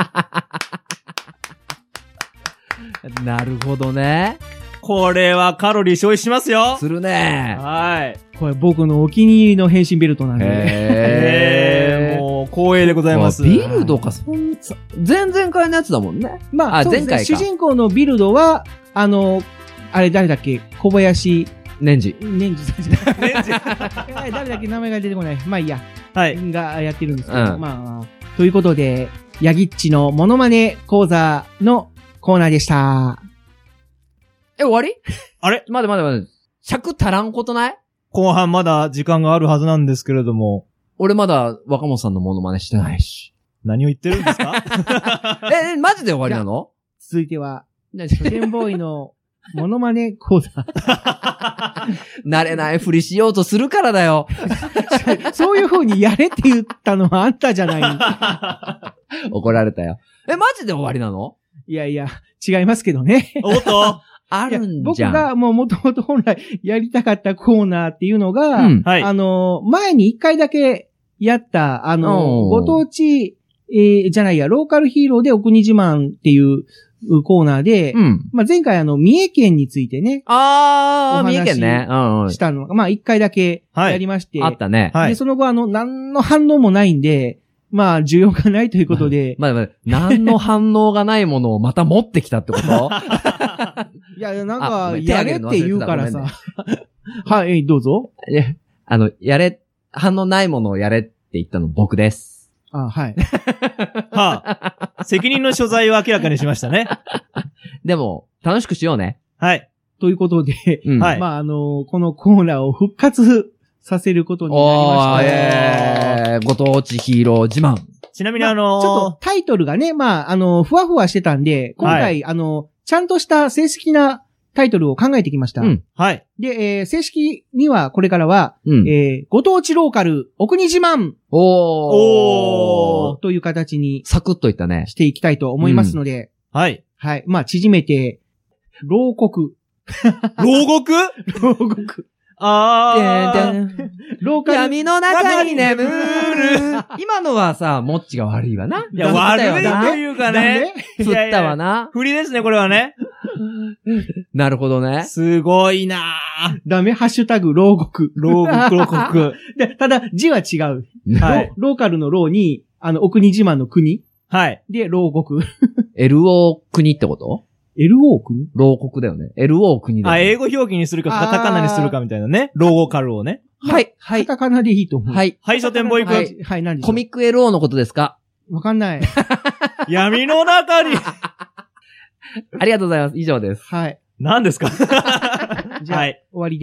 ーなるほどね。 これはカロリー消費しますよ。 するね。 はい。 これ僕のお気に入りの変身ベルトなんで。 えー、 へもう光栄でございます。 ビルドか、そん、そ前々回のやつだもんね。 まあ、 あそうですね前回か主人公のビルドは、あの、あれ誰だっけ小林年次。 年次さんじゃない。 年次え誰だっけ名前が出てこない。まあいいや。 はい。 がやってるんですけど、 うんまあ、ということで、ヤギッチのモノマネ講座のコーナーでした。 え、終わりあれ待て待て待て。尺足らんことない後半まだ時間があるはずなんですけれども、 俺まだ若本さんのモノマネしてないし。 何を言ってるんですかえ、えマジで終わりなの続いては、 何書店ボーイのモノマネ講座。 慣れないふりしようとするからだよ。 そういう風にやれって言ったのはあんたじゃない。 怒られたよ。え、マジで終わりなのいやいや、違いますけどね。 おっといやあるん僕じゃん。 がもう元々本来やりたかったコーナーっていうのが、 うん。 はい。 あの、前に一回だけやった、あの、 おーご当地、えーじゃないや、ローカルヒーローでお国自慢っていうコーナーで、 うん。 まあ、前回あの、三重県についてね、 あー、 お話三重県ね。うんうんし。たのが、まあ、一回だけやりまして、 あったね。 はいで、その後あの、何の反応もないんで、まあ、需要がないということで、 まだまだ、何の反応がないものをまた持ってきたってこといや、なんあか、 ごめん手やれって挙げるの忘れてた言うからさごめんね。 はい、えーどうぞ。 いやあの、やれ、反応ないものをやれって言ったの僕です。 あ、はい。 はあ、責任の所在を明らかにしましたね。 でも、楽しくしようね。 はい。 ということで、 うん。 はいまあ、あの、このコーナーを復活させることになりおー、 ました。 えー、ご当地ヒーロー自慢。 ちなみにあまちょっとのタイトルがね、まあ、あの、ふわふわしてたんで、今回、 はあの、ちゃんとした正式なタイトルを考えてきました。 うんはい。 で、えー正式にはこれからは、 うん。 えーご当地ローカル、お国自慢おー。 という形にサクッといったね。 していきたいと思いますので、 はい。 はい。まあ、縮めて、牢獄。 牢獄牢獄。 あー。 でんでんローカル。 闇の中に眠る。今のはさ、もっちが悪いわな。 いや、 振った悪よないというかね。 振ったわな。 振りですね、これはね。 なるほどね。 すごいなぁ。 ダメハッシュタグ、牢獄。 牢獄、牢獄。 で、ただ、字は違う。 はいロローカルの牢に、あの、お国自慢の国。 はい。 で、牢獄。 エルオー 国ってことエルオー 国牢国だよね。エルオー 国だよあ、 ね。 英語表記にするか、カタカナにするかみたいなね。ロゴカルをね。 はい、はい、 カタカナでいいと思う。。 はいい。 はい、書店ボーイくん。 はい、はい、何でしょうコミック エルオー のことですか？ わかんない。 闇の中に。 ありがとうございます。以上です。 はい。 何ですかじゃあ、 はい。 終わりで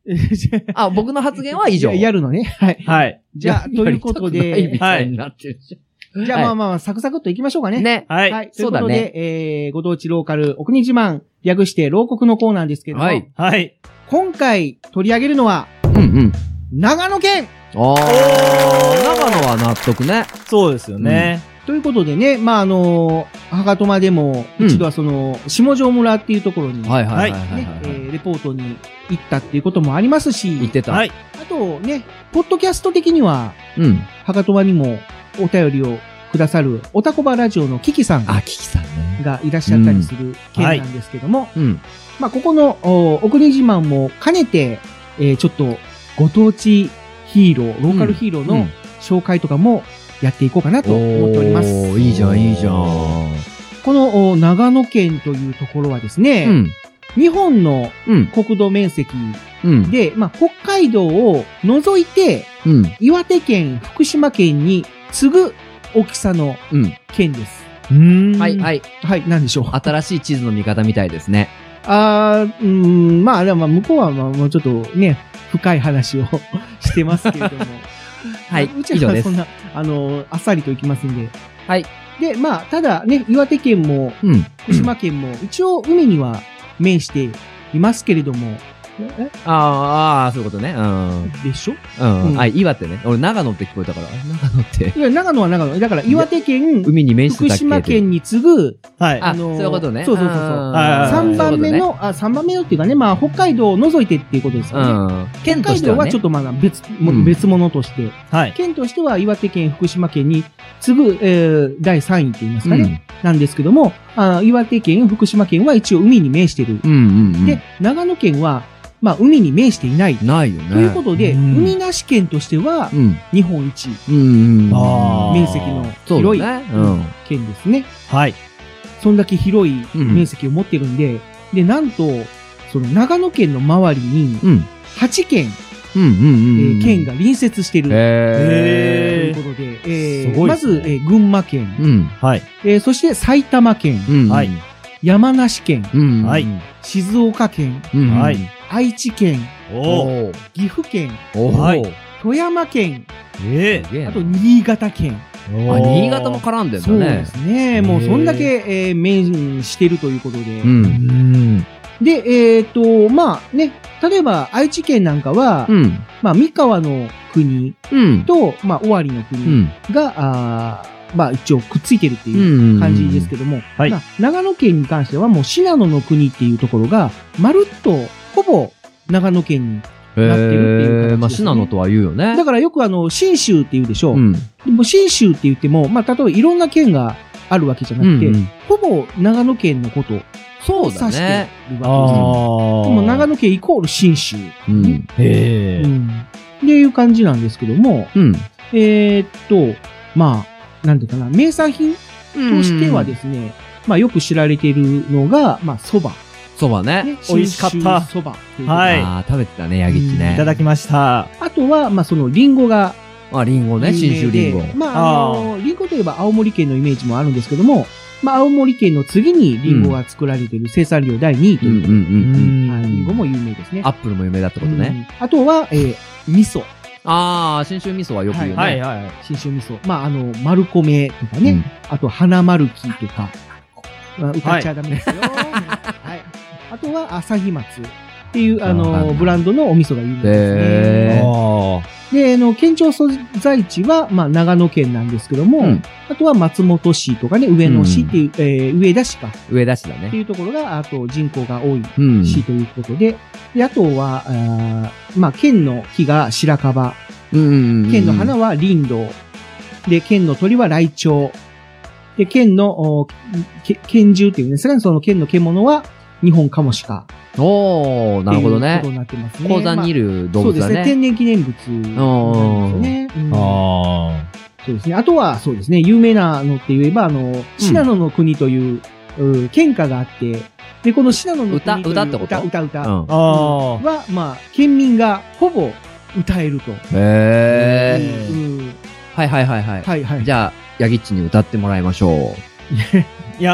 あ、僕の発言は以上。 ややるのね。はい。 はい。 じゃあ、ということやりたくないみで、 たいになってるじじゃあまあまあまあ、サクサクっといきましょうかね。 ゃん。ね。 はい。 はい。といそううだねことで、えー、ご当地ローカル、お国自慢、略して牢国のコーナーですけども、 はいはい。 今回取り上げるのは、 うんうん。 長野県あー、長野は納得ね。 そうですよね。 ということでね、まあ、あのー、はがとまでも、 うん一度はその、下条村っていうところに、ね、 はいはいはいはいえはい。 ーレポートに行ったっていうこともありますし、 言ってた。 はい。 あとね、ポッドキャスト的には、 うん。 はがとまにもお便りをくださる、おたこばラジオのキキさんあ、キキさんね。 がいらっしゃったりする県なんですけども、 うん。 まあ、ここの、おお国自慢も兼ねて、えーちょっと、ご当地ヒーロー、ローカルヒーローの紹介とかもやっていこうかなと思っております。 おー、いいじゃん、いいじゃん。 このお長野県というところはですね、 うん。 日本のうん。 国土面積うん。 で、まあ、北海道を除いて、 うん。 岩手県、福島県に次ぐ大きさのうん。 県です。 うーん。 はい、はい。 はい、なんでしょう。 新しい地図の見方みたいですね。 あー、うーん、まあ、でもまあ向こうはまあもうちょっとね、深い話をしてますけれども。 はい、 うち以上ですはそんな、あの、あっさりといきますんで。 はい。 で、まあ、ただね、岩手県も、 うん。 福島県も、一応海には面していますけれども、えあーあー、そういうことね。うん。 でしょうん。 うんあ、岩手ね。俺、長野って聞こえたから。長野って。 いや、長野は長野。だから岩手県、 海に面して福たっけ島県に次ぐ、 はい。 あ、 あのーそういうことね。 そうそうそうそうあー三番目そういうこの、あ、三番目のっていうかね、まあ、北海道を除いてっていうことですとね。 よね。 うん。県と北海してはね。 道はちょっとまだ別、もうん別物として、 はい。 県としては岩手県、福島県に次ぐ、えー、だいさんいって言いますかね、なんですけども、あ岩手県、福島県は一応海に面してる。 うん。うんうんうん。 で、長野県は、まあ、海に面していない。 ないよね。 ということで、 うん海なし県としてはう、ん。 日本一うんうん。 あー面積のそう広いだね。うん。 県ですね。 はい。 そんだけ広いうん面積を持ってるんで、で、なんと、その長野県の周りに、 うん。 はち県、 うんうんえうん。 ー県が隣接してる。とへいうことで、えーすごいですねまず、えー群馬県、 うん。 はい。 えーそして埼玉県、 うん。 はい。 山梨県、 うん。 はい。 静岡県、 うん。 はい。 愛知県、 おー。 おー。 岐阜県、 おー。 はい富山県、 えすげえなあと新潟県。 え。 あ、新潟も絡んでんだそうでね。 すね。もうそんだけ、えー面してるということで。 う。 うんん。 で、えっ、と、まあね、例えば愛知県なんかは、 うん。 まあ三河の国うん。 と、まあ尾張のう国ん。 が、あーまあ一応くっついてるっていううん。 感じですけども、 はいまあ長野県に関してはもう信濃の国っていうところが、まるっと、ほぼ長野県に。 へなってるっていう形ですねー。まあ、信濃とは言うよね。 だからよくあの、信州って言うでしょう。 うん。 でも信州って言っても、まあ例えばいろんな県があるわけじゃなくて、 うんほぼ長野県のことをそう指してだね。 るわけですよ。 ああ。 でも長野県イコール信州。 うん。 へえう。ん。っていう感じなんですけども、 うん。 えーっと、まあ、なんていうかな、名産品としてはですね、まあよく知られているのが、まあ蕎麦。 そばね。 ね、 美味しかった信州蕎麦っていうことではいああ、食べてたね、ヤギッチね。 いただきました。 あとは、まあそのリンゴがあ、リンゴね、 有名で信州リンゴ。 まあ、あの、リンゴといえば青森県のイメージもあるんですけども、まあ、青森県の次にリンゴが作られている生産量だいにいとうんうんいうう、 んはいリンゴも有名ですね。 アップルも有名だってことね。 うんあとは、えー味噌。 ああ、信州味噌はよく言うね。 はいはい。 信州味噌。まあ、あの、丸米とかね。 うんあと、花丸木とか。まあ、歌っちゃダメですよ。はい。あとは、朝日松っていう、あはいはいの、 はいブランドのお味噌が有名ですへね。 あで、あの、県庁所在地は、まあ、長野県なんですけども、 うんあとは松本市とかね、上野市っていう、えー上田市か。 上田市だね。 っていうところが、あと人口が多いうん。 市ということで、であとは、あーまあ、県の木が白樺、 うん。 県の花は林道、で、県の鳥はライチョウ、で、県の、おけ県獣っていうんですが、その県の獣は日本カモシカ。 おー、なるほどねっていうこと。になってますね。 鉱山にいる動物だまあそうですね。 ね。 天然記念物なんですよね。うんあ。あそうですね。あとは、そうですね。有名なのって言えば、あの、信濃の国という、う県歌があって、で、この信濃の国という歌歌ってこと歌、歌、歌。 うん。 あ。ああ。 は、まあ、県民がほぼ歌えると。 へえ。 うんはいはいはいはい。 はいはい。 じゃあ、ヤギッチに歌ってもらいましょいや、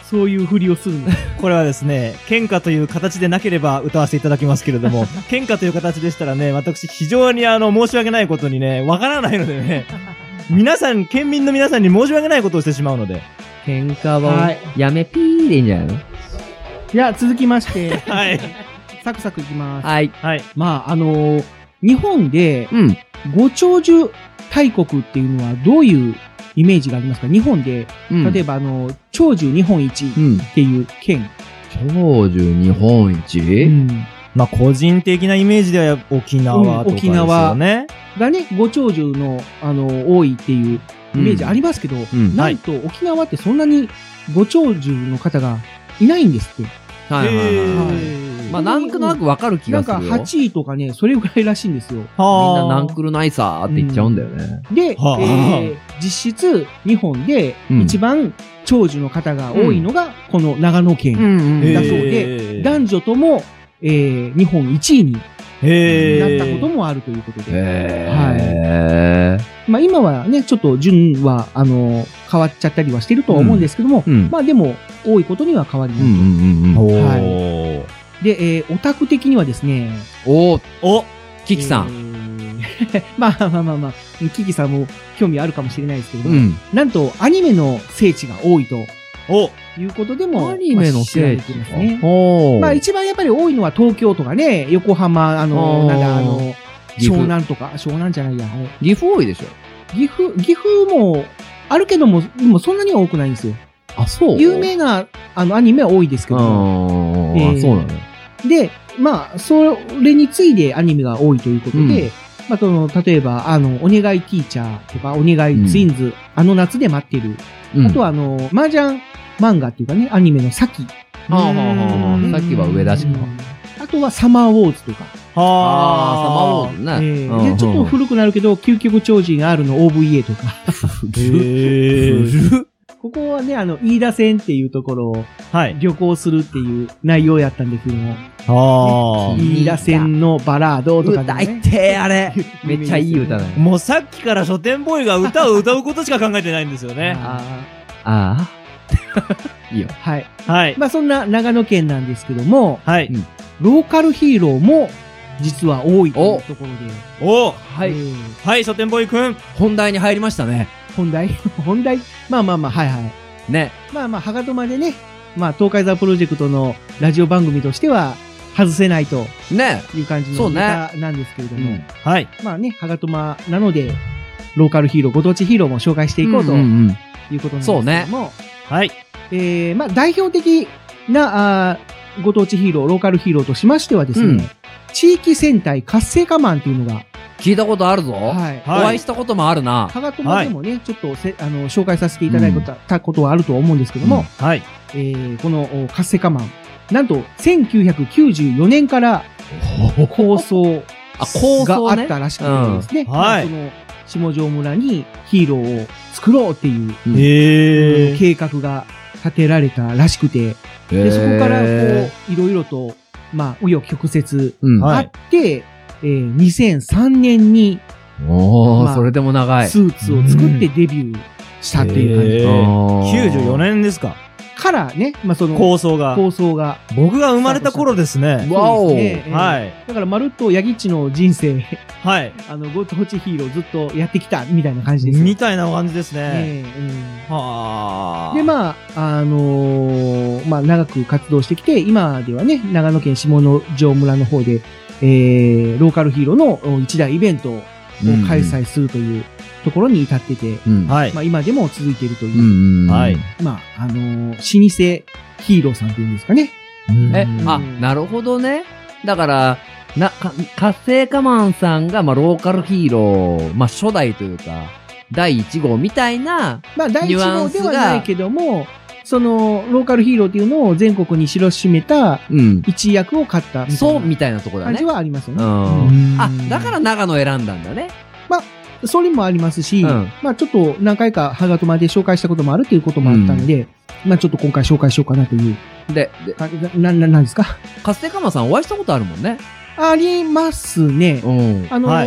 そういうふりをするの？ これはですね、喧嘩という形でなければ歌わせていただきますけれども、喧嘩という形でしたらね、私非常にあの、申し訳ないことにね、わからないのでね、皆さん、県民の皆さんに申し訳ないことをしてしまうので。 喧嘩ははいやめピーでいいんじゃないの？ じゃあ続きまして、 はい。 サクサクいきます。 はい。 はい。 まあ、あのー日本で、 うん。 ご長寿大国っていうのはどういうイメージがありますか？日本で、 うん例えばあの、長寿日本一っうん。 ていう県。 長寿日本一、 うんまあ、個人的なイメージでは沖縄とかですよね。 がね、ご長寿の、あの、多いっていうイメージありますけど、 んなんと沖縄ってそんなにご長寿の方がいないんですって。 はいはいはい。 へはーまあ、なんとなくわかる気なんかがするよ。 はちいとかね、それぐらいらしいんですよ。 みんなはあ。 ナンクルないさーって言っちゃうんだよね。 で、 はあえー実質日本でうん一番長寿の方が多いのがこの長野県。 んだそうで男女とも、えー日本いちいになへったこともあるということで。 へー。 まあ今はね、ちょっと順は、あの、変わっちゃったりはしてるとは思うんですけども、 うん。 まあでも、多いことには変わりないと。 うんうんうんうん。 おー。 はで、えーオタク的にはですね、 おー、 おキキさん。 ん。まあまあまあまあ、キキさんも興味あるかもしれないですけれども、 うん。 なんとアニメの聖地が多いとおいうことでも、 アニメの聖地まあ知られてますね。 おー。 まあ一番やっぱり多いのは東京とかね、横浜、あの、 おーなんだ、あの、 岐阜湘南とか、湘南じゃないや、あれ岐阜多いでしょ。 岐阜、岐阜もあるけども、でもそんなには多くないんですよ。 あ、そう有名なあのアニメは多いですけあども。 ー、 えーそうなの。 で、まあ、それに次いでアニメが多いということで、 うんまあ、その、例えば、あの、お願いティーチャーとか、お願いツインズ、あの夏で待ってる。 うんあとは、あの、麻雀漫画っていうかね、アニメの先。 はあはあはあはあさっきは上田市か。 あとはサマーウォーズとか。 あー、サマーウォーズね。 えーうんで、ちょっと古くなるけど、究極超人 R の オーブイエー とか。 へー。 ここはね、あの、飯田線っていうところをはい。 旅行するっていう内容やったんですけども、 あ飯田線のバラードとか歌でね。 いてー、あれ。めっちゃいい歌だあ。 ね。 もうさっきから書店ボーイが歌を歌うことしか考えてないんですよね。 あああ。いいよ。 ーはい。 はい。 まあそんな長野県なんですけども、 はい。 ローカルヒーローも実は多いというところで、 おはい。 えーはい、書店ボーイくん。 本題に入りましたね。 本題本題まあまあまあ、はいはい。 ね。 まあまあ、はがとまでね、まあ、東海座プロジェクトのラジオ番組としては外せないとね。 いう感じのそうねネタなんですけれども、 うんはい。 まあね、はがとまなので、ローカルヒーロー、ご当地ヒーローも紹介していこうとんんんいうことなんですけども、 はい。 えー、まあ代表的な、あーご当地ヒーロー、ローカルヒーローとしましてはですね、 うん地域戦隊活性化マンっていうのが、 聞いたことあるぞ。 はい。 はいお会いしたこともあるな。 はがとまでもね、ちょっとせあの紹介させていただいたことはあるとは思うんですけども、 はい。 えーこのお活性化マン、なんとせんきゅうひゃくきゅうじゅうよねんから構想あ、構があ想ね。 ったらしくてですね、 うんはいまあその下條村にヒーローを作ろうっていう、 うんへー。 計画が立てられたらしくて、でそこからこういろいろと、まあ、紆余曲折うん。 はいあって、えーにせんさんねんにおー、 まあそれでも長い。 スーツを作ってデビューしたっていう感じへでーきゅうじゅうよねんですか。 からね、まあその構想が。 構想が。 僕が生まれた頃ですね。 わおそうですねはい。 だからまるっとヤギッチの人生、 はい。 あの、ご当地ヒーローずっとやってきたみたいな感じですよ。 みたいな感じですね。 ええうんはあ。 で、まあ、あのーまあ、長く活動してきて、今ではね、長野県下條村の方で、えー、ローカルヒーローのお一大イベントを開催するというところに至ってて、 うん。 はい。 まあ、今でも続いているとういう、 んうん。 はい。 まあ、あのー老舗ヒーローさんっていうんですかね。 えう、んあ、なるほどね。だから、な、か、活性化マンさんが、まあ、ローカルヒーロー、まあ、初代というか、だいいち号みたいな、 まあ、第一ニュア号でンスがはないけども、その、ローカルヒーローっていうのを全国に知らしめたうん。 一役を買ったみたいそう、 なみたいなとこだね感じ。はありますよね。 うん。 うんあ、だから長野選んだんだね。 それもありますし、 うんまあちょっと何回かハガトマで紹介したこともあるということもあったので、まあちょっと今回紹介しようかなというで、で、 感じな、な、なんですか活性化マンさんお会いしたことあるもんね。 ありますね。 うん。 あの、 はい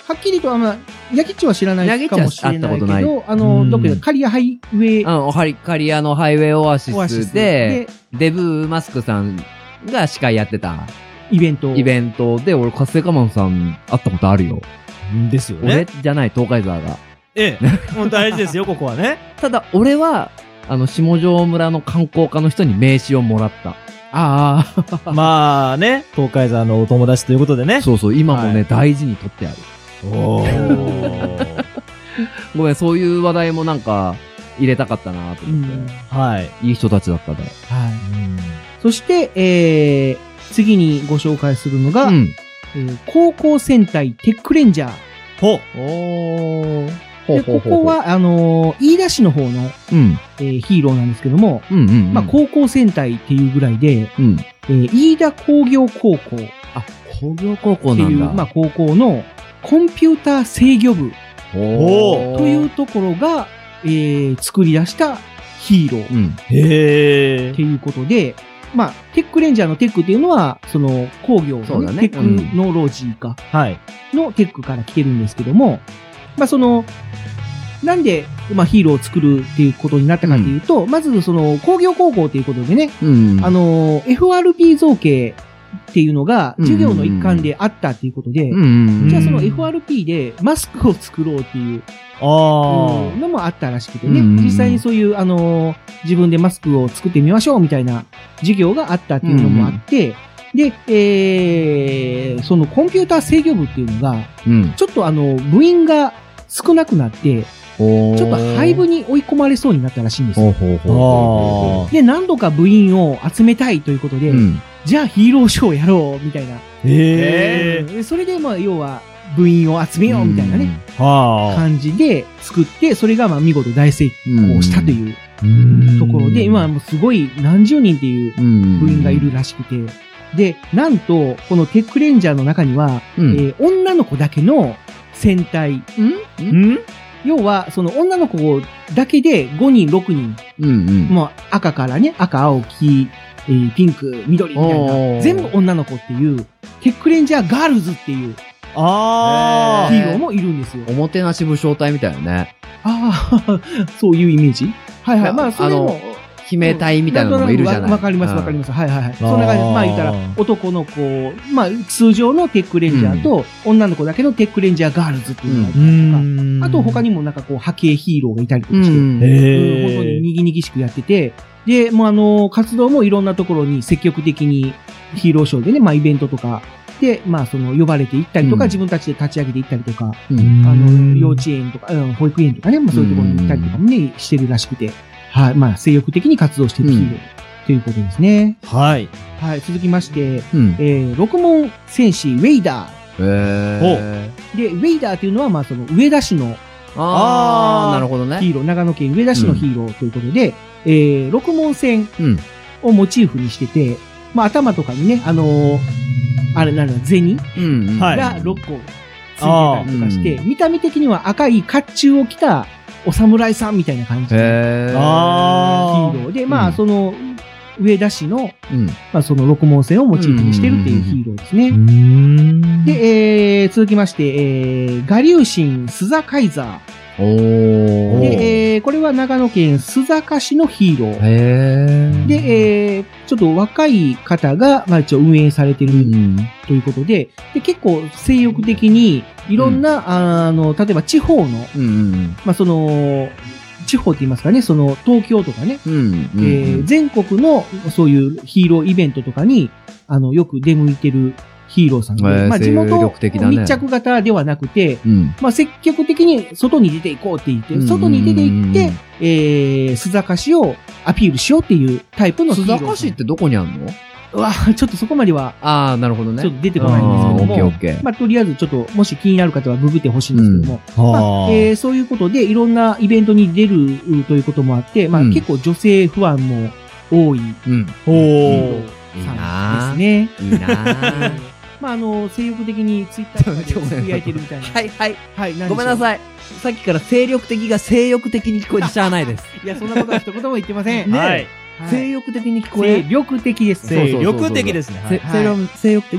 はっきりとは、まあ、ヤギッチは知らないかもしれないけヤギッチは会ったど、あの、どっかでカリアハイウェイ、 うん、ハリカリアのハイウェイオアシオアシススで、 で、 デブマスクさんが司会やってたイベント。 イベントで、俺、活性化マンさん会ったことあるよ。 ですよ俺ね。 じゃない、東海沢が。 ええ。もう大事ですよ、ここはね。 ただ、俺は、あの、下條村の観光課の人に名刺をもらった。 ああ、 まあね、東海沢のお友達ということでね。 そうそう、今もね、 はい大事に取ってある。 おー。 ごめん、そういう話題もなんか、入れたかったなと思って。 はい。 いい人たちだったね。 はい。そして、えー、次にご紹介するのが、 うん。 えー高校戦隊テックレンジャー。 ほう。 おー。 で、ここ、は、あのー、飯田市の方の、 うん。 えーヒーローなんですけども、 うんうんうん。 まあ、高校戦隊っていうぐらいで、 うん。 えー飯田工業高校ってあ、工業高校なんいう、 だ。 まあ、高校のコンピューター制御部おー。 というところが、えー作り出したヒーローうん。 へえ。 っていうことで、まあ、テックレンジャーのテックっていうのは、その工業の、ねそうだねテクノロジーか、 はい。 のテックから来てるんですけども、まあその、なんで、まあヒーローを作るっていうことになったかっていうと、まずその工業高校っていうことでね、 うん。 あ、の、エフアールピー 造形っていうのが授業の一環であったっていうことで、 うん。 じゃあその エフアールピー でマスクを作ろうっていうあうんのもあったらしくてね、 うん実際にそういう、あの、自分でマスクを作ってみましょうみたいな授業があったっていうのもあって、で、えー、そのコンピューター制御部っていうのが、 うん。 ちょっとあの、部員が少なくなって、 ちょちょっと廃部に追い込まれそうになったらしいんですよ。 ほうほうほう。 あ。あで、何度か部員を集めたいということで、 うん。 じゃあヒーローショーをやろうみたいな。 ー。へえ。 でそれで、まあ、要は、部員を集めようみたいなね、 はあ。 感じで作って、それがまあ見事大成功したといううんところで、今はもうすごい何十人っていううん。 部員がいるらしくて、で、なんと、このテックレンジャーの中には、 うん。 えー女の子だけの戦隊、 うん要は、その女の子だけでごにん、ろくにん、 うんうん。 もう赤からね、赤、青、黄、えーピンク、緑みたいおな、 ー全部女の子っていう、テックレンジャーガールズっていうあヒーローもいるんですよ。 おもてなし武将隊みたいなね。 ああ、そういうイメージはいはい。まあ、それも、 姫隊みたいなのもいるじゃない。 わかりますわかりまます。はいはいはい。そんな感じで、まあ言ったら、男の子、まあ通常のテックレンジャーと、女の子だけのテックレンジャーガールズっていうのがいたうりとか、 ん。 あと他にもなんかこう、波形ヒーローがいたりとかして、 うん。 うんへ本当にえ。 にぎにぎしくやってて、で、もうあの、活動もいろんなところに積極的にヒーローショーでね、まあイベントとかで、まあその呼ばれていったりとか、 うん自分たちで立ち上げていったりとか、 うんあの、幼稚園とか、うん保育園とかね、まあそういうところに行ったりとかもね、してるらしくて、はい、まあ精力的に活動しているヒーローということですね。 はい。 はい、続きまして、 うん。 えー、六門戦士ウェイダへー。 ー。で、ウェイダーというのは、まあその上田市のあー、なるほどね。 ヒーロー、長野県上田市のヒーローということで、えー、六門戦うん。 をモチーフにしてて、まあ頭とかにね、あのーあれなんだ、銭うんうん。 はいがろっこついてたりとかして、 あ見た目的には赤い甲冑を着たお侍さんみたいな感じのヒへー。 あーローで、まあうんその上田市の、 うん。 まあその六門戦をモチーフにしてるっていうヒーローですね。 んで、えー、続きまして、えー、ガリュウシンスザカイザおー。 ー。 で、えー、これは長野県須坂市のヒーロー。 へー。 で、えー、ちょっと若い方が、まあ一応運営されてるうん。 ということで、で、結構精力的に、いろんな、あの、例えば地方の、 うんうんまあその、地方って言いますかね、その東京とかね、 うん。うん。 えー全国のそういうヒーローイベントとかに、あの、よく出向いてるヒーローさんで、 へーまあ地元精力的だね密着型ではなくて、 うん。 まあ積極的に外に出ていこうって言って、外に出ていって、えー、須坂市をアピールしようっていうタイプのヒーローさん。 須坂市ってどこにあんの？ うわ、ちょっとそこまでは、 あー、なるほどね。 ちょっと出てこないんですけどもあーオッケーオッケー。 まあとりあえずちょっと、もし気になる方はググってほしいんですけども、まあえーそういうことでいろんなイベントに出るということもあって、まあうん結構女性ファンも多いうん。 おヒーー。 ローさんですね。 いいなー。 まああの、精力的にツイッターとかでつぶやいてるみたいな。 はいはい。 はい、 ごめんない。 さい。さっきから精力的が性欲的に聞こえてしゃあないです。 いや、そんなことは一言も言ってません。 はい。 はい性欲的に聞こ精え力的です。 そうそうそう精力的ですね。はいせ性力性欲的に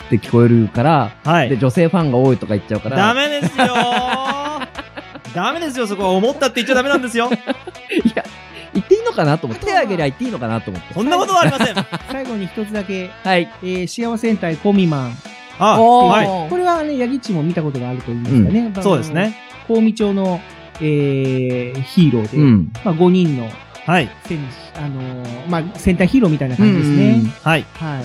って聞こえるから、 はい。 で、女性ファンが多いとか言っちゃうから。 ダメですよーダメですよ、そこは思ったって言っちゃダメなんですよ。 いや、言っていいのかなと思って。手あげりゃ言っていいのかなと思って。 そんなことはありません。 最後に一つだけ、 はい。 えー、幸せ戦隊コミマン。 あ、 はい。これはね、ヤギッチも見たことがあると言いますかね。 うん、そうですね。 高見町の、えー、ヒーローで、うん、まあごにんの、 はい。 戦士、あのー、まあ戦隊ヒーローみたいな感じですね。うん、 はい。 はい。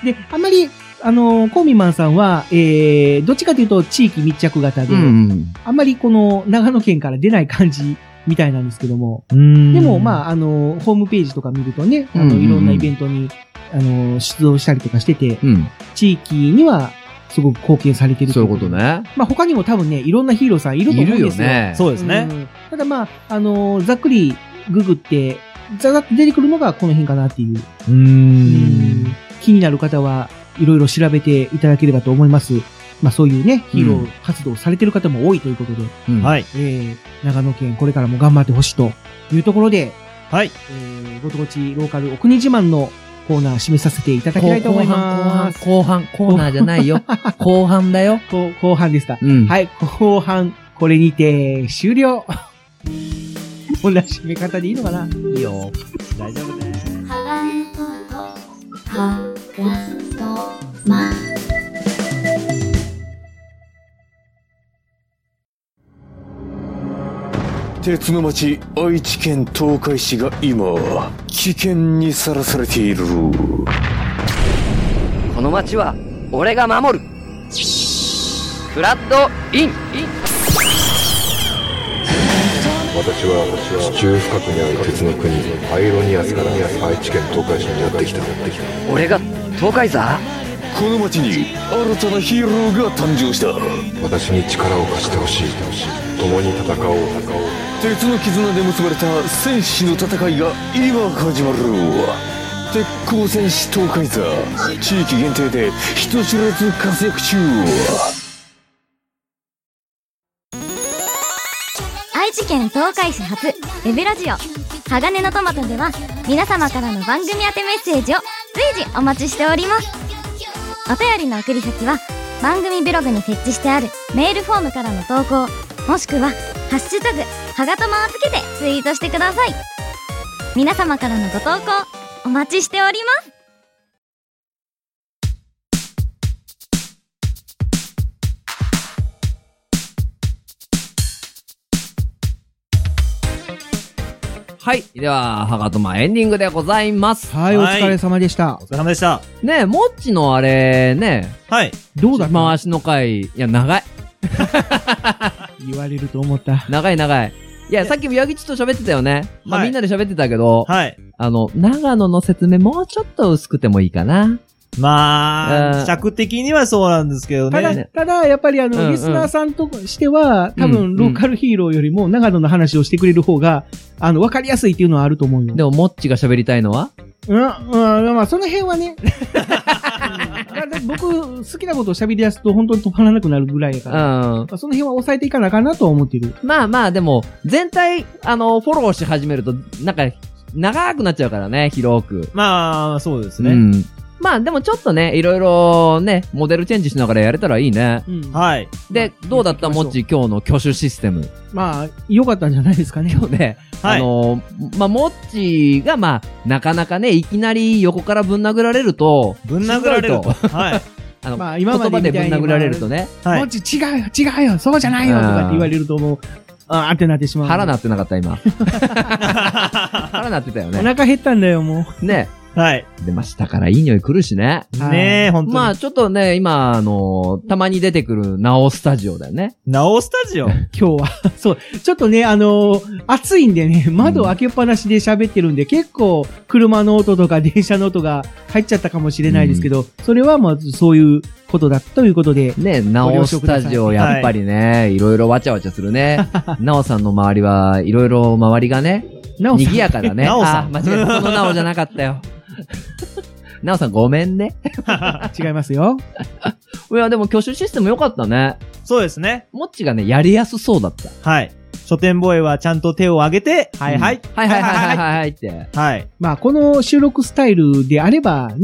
で、あんまり、あのー、コミマンさんは、えー、どっちかというと地域密着型で、うん、あんまりこの長野県から出ない感じみたいなんですけども、でも、まあ、あのー、ホームページとか見るとね、あの、いろんなイベントに、あのー、出動したりとかしてて、うん、地域には、すごく貢献されてる。 そういうことね。 まあ他にも多分ね、いろんなヒーローさんいると思うんですよ。いるよね。 そうですね。 うん、ただまあ、あのー、ざっくりググって、ざざっと出てくるのがこの辺かなっていう。うーん。気になる方はいろいろ調べていただければと思います。まあそういうね、ヒーロー活動されてる方も多いということで。 うん、はい。 えー、長野県これからも頑張ってほしいというところで、 はい。 えー、ご当地ローカルお国自慢のコーナー締めさせていただきたいと思います。 後半、後半、コーナーじゃないよ。後半だよ。 後半ですか。 うん。 はい、後半、これにて終了。こんな締め方でいいのかな？いいよ。 大丈夫です。 鉄の町愛知県東海市が今危険にさらされている。 この町は俺が守る。フラッドイン。 私は地中深くにある鉄の国アイロニアスから愛知県東海市にやってきた。 俺が東海座？ この町に新たなヒーローが誕生した。 私に力を貸してほしい。共に戦おう。 鉄の絆で結ばれた戦士の戦いが今始まる。鉄鋼戦士東海座、地域限定で人知れず活躍中。 愛知県東海市発ウェブラジオ鋼のトマトでは皆様からの番組宛てメッセージを随時お待ちしております。お便りの送り先は番組ブログに設置してあるメールフォームからの投稿、もしくはハッシュタグはがとまをつけてツイートしてください。皆様からのご投稿お待ちしております。 はい。では、はがとまエンディングでございます。 はい、お疲れ様でした。 お疲れ様でした。 ねえ、もっちのあれ、ねはい。 どうだった？ 回しの回、いや、長い。 言われると思った。 長い長い。いや、さっき宮吉と喋ってたよね。まあ、みんなで喋ってたけど、 はい。 あの、長野の説明もうちょっと薄くてもいいかな。 まあ、尺的にはそうなんですけどね。 ただ、ただ、やっぱりあの、うんうん、リスナーさんとしては、多分、ローカルヒーローよりも長野の話をしてくれる方が、あの、わかりやすいっていうのはあると思うよ。 でも、もっちが喋りたいのはうん、うん、まあ、その辺はね。うん、僕、好きなことを喋り出すと本当に止まらなくなるぐらいやから、うんまあ、その辺は抑えていかなあかんなとは思ってる。 まあまあ、でも、全体、あの、フォローし始めると、なんか、長くなっちゃうからね、広く。 まあ、そうですね。 うんまあでもちょっとね、いろいろね、モデルチェンジしながらやれたらいいね。 うん、はい。 で、どうだったもっち今日の挙手システム。 まあ、良かったんじゃないですかね。 今日ね、はい、あのー、まあもっちがまあ、なかなかね、いきなり横からぶん殴られると、 ぶん殴られると。はい。 あの、まあ今まで言葉でぶん殴られるとね。 はい。もっち違うよ、違うよ、そうじゃないよ、とかって言われるともう、あーってなってしまう。 腹なってなかった今。腹なってたよね。 お腹減ったんだよ、もう。ね。 はい。 で、まあ、下からいい匂い来るしね。 ねえ、ほんとに。 まあ、ちょっとね、今、あのー、たまに出てくるナオスタジオだよね。 ナオスタジオ今日は。そう。ちょっとね、あのー、暑いんでね、窓開けっぱなしで喋ってるんで、うん、結構、車の音とか電車の音が入っちゃったかもしれないですけど、うん、それはまずそういうことだったということで。 ね、ナオスタジオ、やっぱりね、はい、いろいろわちゃわちゃするね。ナオさんの周りは、いろいろ周りがね、賑やかだね。 ナオさん。 あ、間違えた。そのナオじゃなかったよ。なおさんごめんね。 違いますよ。 いや、でも挙手システム良かったね。 そうですね。 もっちがね、やりやすそうだった。 はい。書店ボーイはちゃんと手を挙げて、はいはい。 はいはいはいはいはいって。 はい。 まあ、この収録スタイルであればね、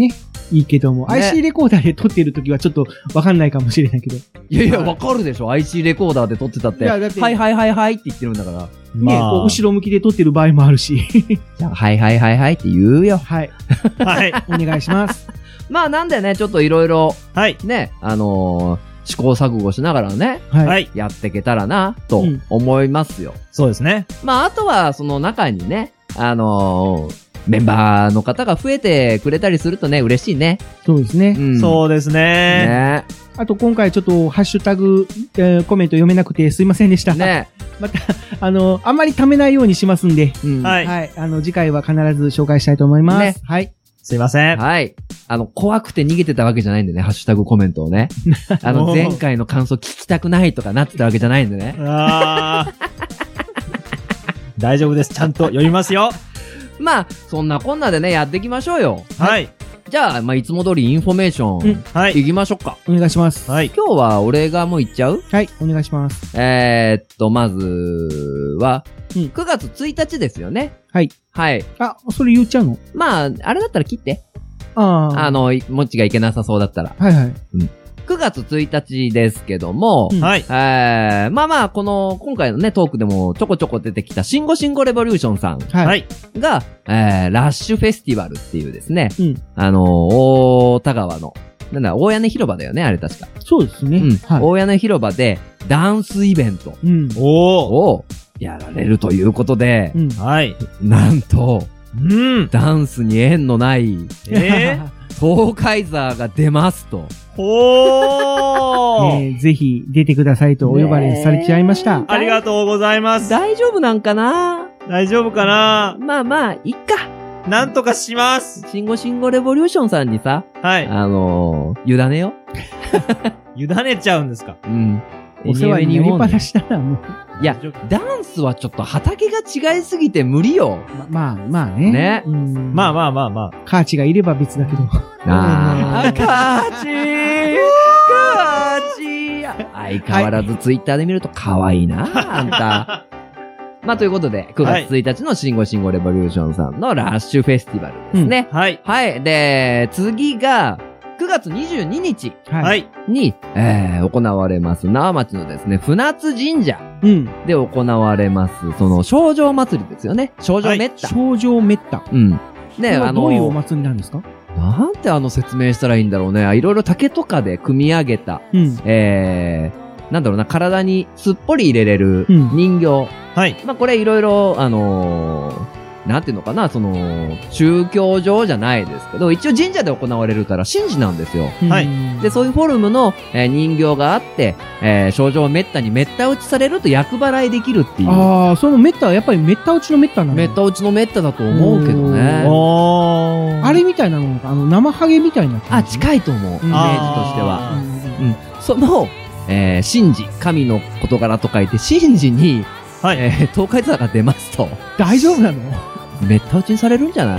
いいけども、 ねアイシー レコーダーで撮ってる時はちょっとわかんないかもしれないけど。 いやいや、わかるでしょ ?アイシー レコーダーで撮ってたって。 いやだってはいはいはいはいって言ってるんだから。 ね、 まあこう後ろ向きで撮ってる場合もあるし。 じゃあ、はいはいはいはいって言うよ。 はい。 はい。 お願いします。 まあなんでね、ちょっといろいろ、 はい。 ね、あのー試行錯誤しながらね、 はい。 はい。 やっていけたらな、とうん思いますよ。 そうですね。 まああとは、その中にね、あのーメンバーの方が増えてくれたりするとね、嬉しいね。 そうですね。 うん。 そうですね。 ね。 あと今回ちょっとハッシュタグ、えーコメント読めなくてすいませんでした。 ね。 また、あの、あんまり貯めないようにしますんで、 うん。 はい。 はい。あの、次回は必ず紹介したいと思います。 ねはい。 すいません。 はい。あの、怖くて逃げてたわけじゃないんでね、ハッシュタグコメントをね。あの、前回の感想聞きたくないとかなってたわけじゃないんでね。 あー大丈夫です。ちゃんと読みますよ。 まあ、そんなこんなでね、やっていきましょうよ。 はい。 じゃあ、まあ、いつも通りインフォメーション、 はい。 いきましょうか。 お願いします。 はい。 今日は俺がもう行っちゃうはい。お願いします。 えー、っと、まずは、 うんくがつついたちですよね。 はい。 はい。 あ、それ言っちゃうのまあ、あれだったら切って。 ああ。 あの、いもっちがいけなさそうだったら。 はいはい。 くがつついたちですけども、 うんはい。 えー、まあまあ、この、今回のね、トークでもちょこちょこ出てきた、シンゴシンゴレボリューションさんはい。 はい。 が、えー、ラッシュフェスティバルっていうですね、 うん。 あのー、大田川の、なんだ、大屋根広場だよね、あれ確か。 そうですね。 うん。 はい。 大屋根広場で、ダンスイベントうん。 おー。 をやられるということで、 うん。 はい。 なんと、 うん。 ダンスに縁のない、 え東海座が出ますと。 ー。ほー。 えーぜひ出てくださいとお呼ばれされちゃいました。 ありがとうございます。 大丈夫なんかな大丈夫かなまあまあ、いっか。 なんとかします。 シンゴシンゴレボリューションさんにさ、 はい。 あのー、委ねよ。 委ねちゃうんですか？ うん。 お世話になりっぱなしだな、もう。 いや、ダンスはちょっと畑が違いすぎて無理よ。 まあ、まあね。 ねうん。 まあまあまあまあ。 カーチがいれば別だけど。 あー、カーチーカーチー相変わらずツイッターで見ると可愛いな、あんた。まあ、ということで、くがつついたちのシンゴシンゴレボリューションさんのラッシュフェスティバルですね。 はい。 はい。で、次が、くがつにじゅうににちは。 はいい。 に、えー、行われます、縄町のですね、船津神社うん。 で行われます、その、少女祭りですよね。少女めった。 少女めった。 うん。ね、 これはあの、 どういうお祭りなんですか？ なんてあの説明したらいいんだろうね。いろいろ竹とかで組み上げた、 うん。 えー、なんだろうな、体にすっぽり入れれるうん人形。 はい。 まあ、これいろいろ、あのー、なんていうのかな、その、宗教上じゃないですけど、一応神社で行われるから神事なんですよ。 はいうんで、そういうフォルムの、えー人形があって、えー、少女をめったにめった打ちされると厄払いできるっていう。 ああ、そのめったはやっぱりめった打ちのめったなの？ めった打ちのめっただと思うけどね。 おー。 あれみたいなのか、あの、生ハゲみたいなあ、 感じ。 近いと思う。イメージとしては。 あうん。その、えー、神事、神の事柄と書いて、神事に、 はい。 えー、東海座が出ますと、 大丈夫なの？ めった打ちにされるんじゃない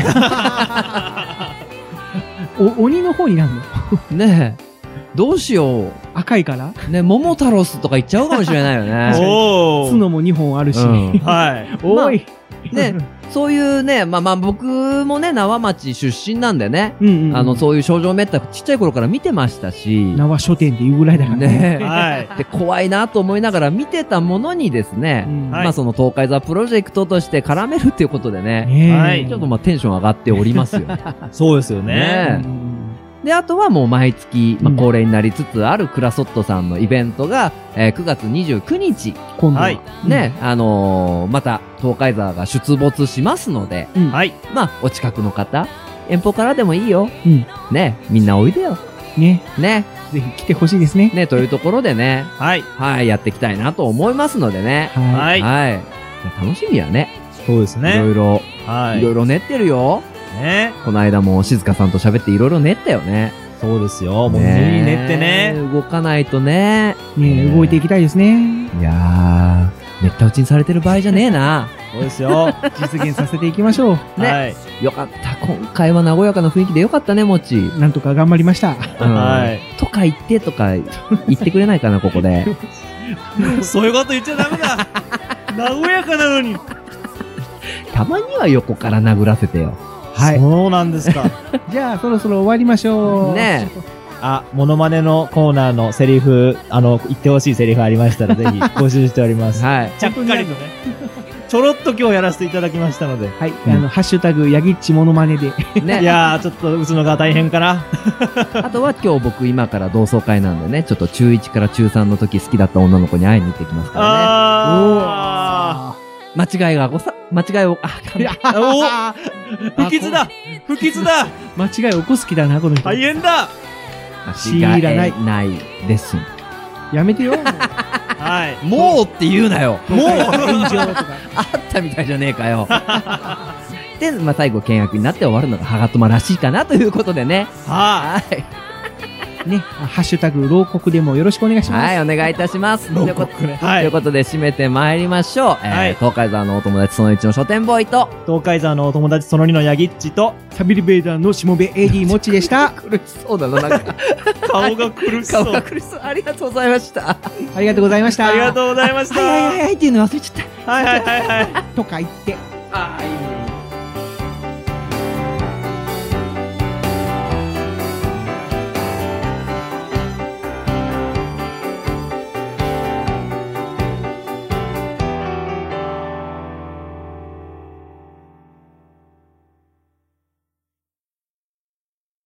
お、鬼の方になるの？ ねえ。どうしよ赤いからう。ね、桃太郎スとか言っちゃうかもしれないよね。 おー。 角もにほんあるし。 うんはい。 おい。 ね、そういうね、まあまあ僕もね、縄町出身なんでね、 うんうんうん。 あの、そういう少女めったちっちゃい頃から見てましたし、 縄書店っていうぐらいだからねはい。 で、怖いなと思いながら見てたものにですね、 うんはいまあその東海座プロジェクトとして絡めるっていうことでね、 ねえはいちょっとまあテンション上がっておりますよ。 そうですよねね。 うんで、あとはもう毎月、まあうん恒例になりつつあるクラソットさんのイベントが、えーくがつにじゅうくにち、 今度は。 はいね、あのーまた東海座が出没しますので、 うん。 はい。 まあお近くの方、遠方からでもいいよ。 うん。 ね、みんなおいでよ。 ね。 ね、 ぜひ来てほしいですね。 ね、というところでね、 はい。 はい、やっていきたいなと思いますのでね。 ははい。 はい。いや楽しみやね。 そうですいろね。 いろ、 はいい。 ろいろ練ってるよ。 ね。 この間も静香さんと喋っていろいろ練ったよね。 そうですよ。もう無理練ってね。 動かないとね。 い。ね動いていきたいですね。 いやー、めった打ちにされてる場合じゃねえな。 そうですよ。 実現させていきましょう。 ねはい。 よかった。今回は和やかな雰囲気でよかったね、もち。 なんとか頑張りました。 うんはい。 とか言ってとか言ってくれないかな、ここで。 そういうこと言っちゃダメだ。和やかなのに。 たまには横から殴らせてよ。 はい。 そうなんですか。 じゃあ、そろそろ終わりましょう。 ねあ、モノマネのコーナーのセリフ、あの、言ってほしいセリフありましたら、ぜひ募集しておりまえ。 す。 はい。 ちゃっかりとね。ちょろっと今日やらせていただきましたので。 はい。あの、ハッシュタグ、ヤギッチモノマネで。 ね。 いやー、ちょっと打つのが大変かな。 あとは今日僕今から同窓会なんでね、ちょっと中いちから中さんの時好きだった女の子に会いに行ってきますからあね。間違いがごさ、間違いを、あ、 ー。お不吉だ不吉だ間違い起こす気だな、この人。 大変だ間違いないないレッスン。 やめてよ。 はい。 もうって言うなよ。 もう炎上とか。 あったみたいじゃねえかよ。で、まあ、最後、険悪になって終わるのがハガトマらしいかなということでね。 ははい。 ね、ハッシュタグ、牢獄でもよろしくお願いします。 はい、お願いいたします。 牢ということ獄ねはいということで、締めてまいりましょう。えーはい東海沢のお友達そのいちの書店ボーイと、 い。東海沢のお友達そのにのヤギッチと、 サビリベーダーのしもべ エーディー もっちでした。 苦しそうだな、なんか。 顔が苦しそう。 顔が苦しそう。ありがとうございました。 ありがとうございました。 ありがとうございました。 はいはいはいはいっていうの忘れちゃった。 はいはいはいはい。 とか言って。 はい。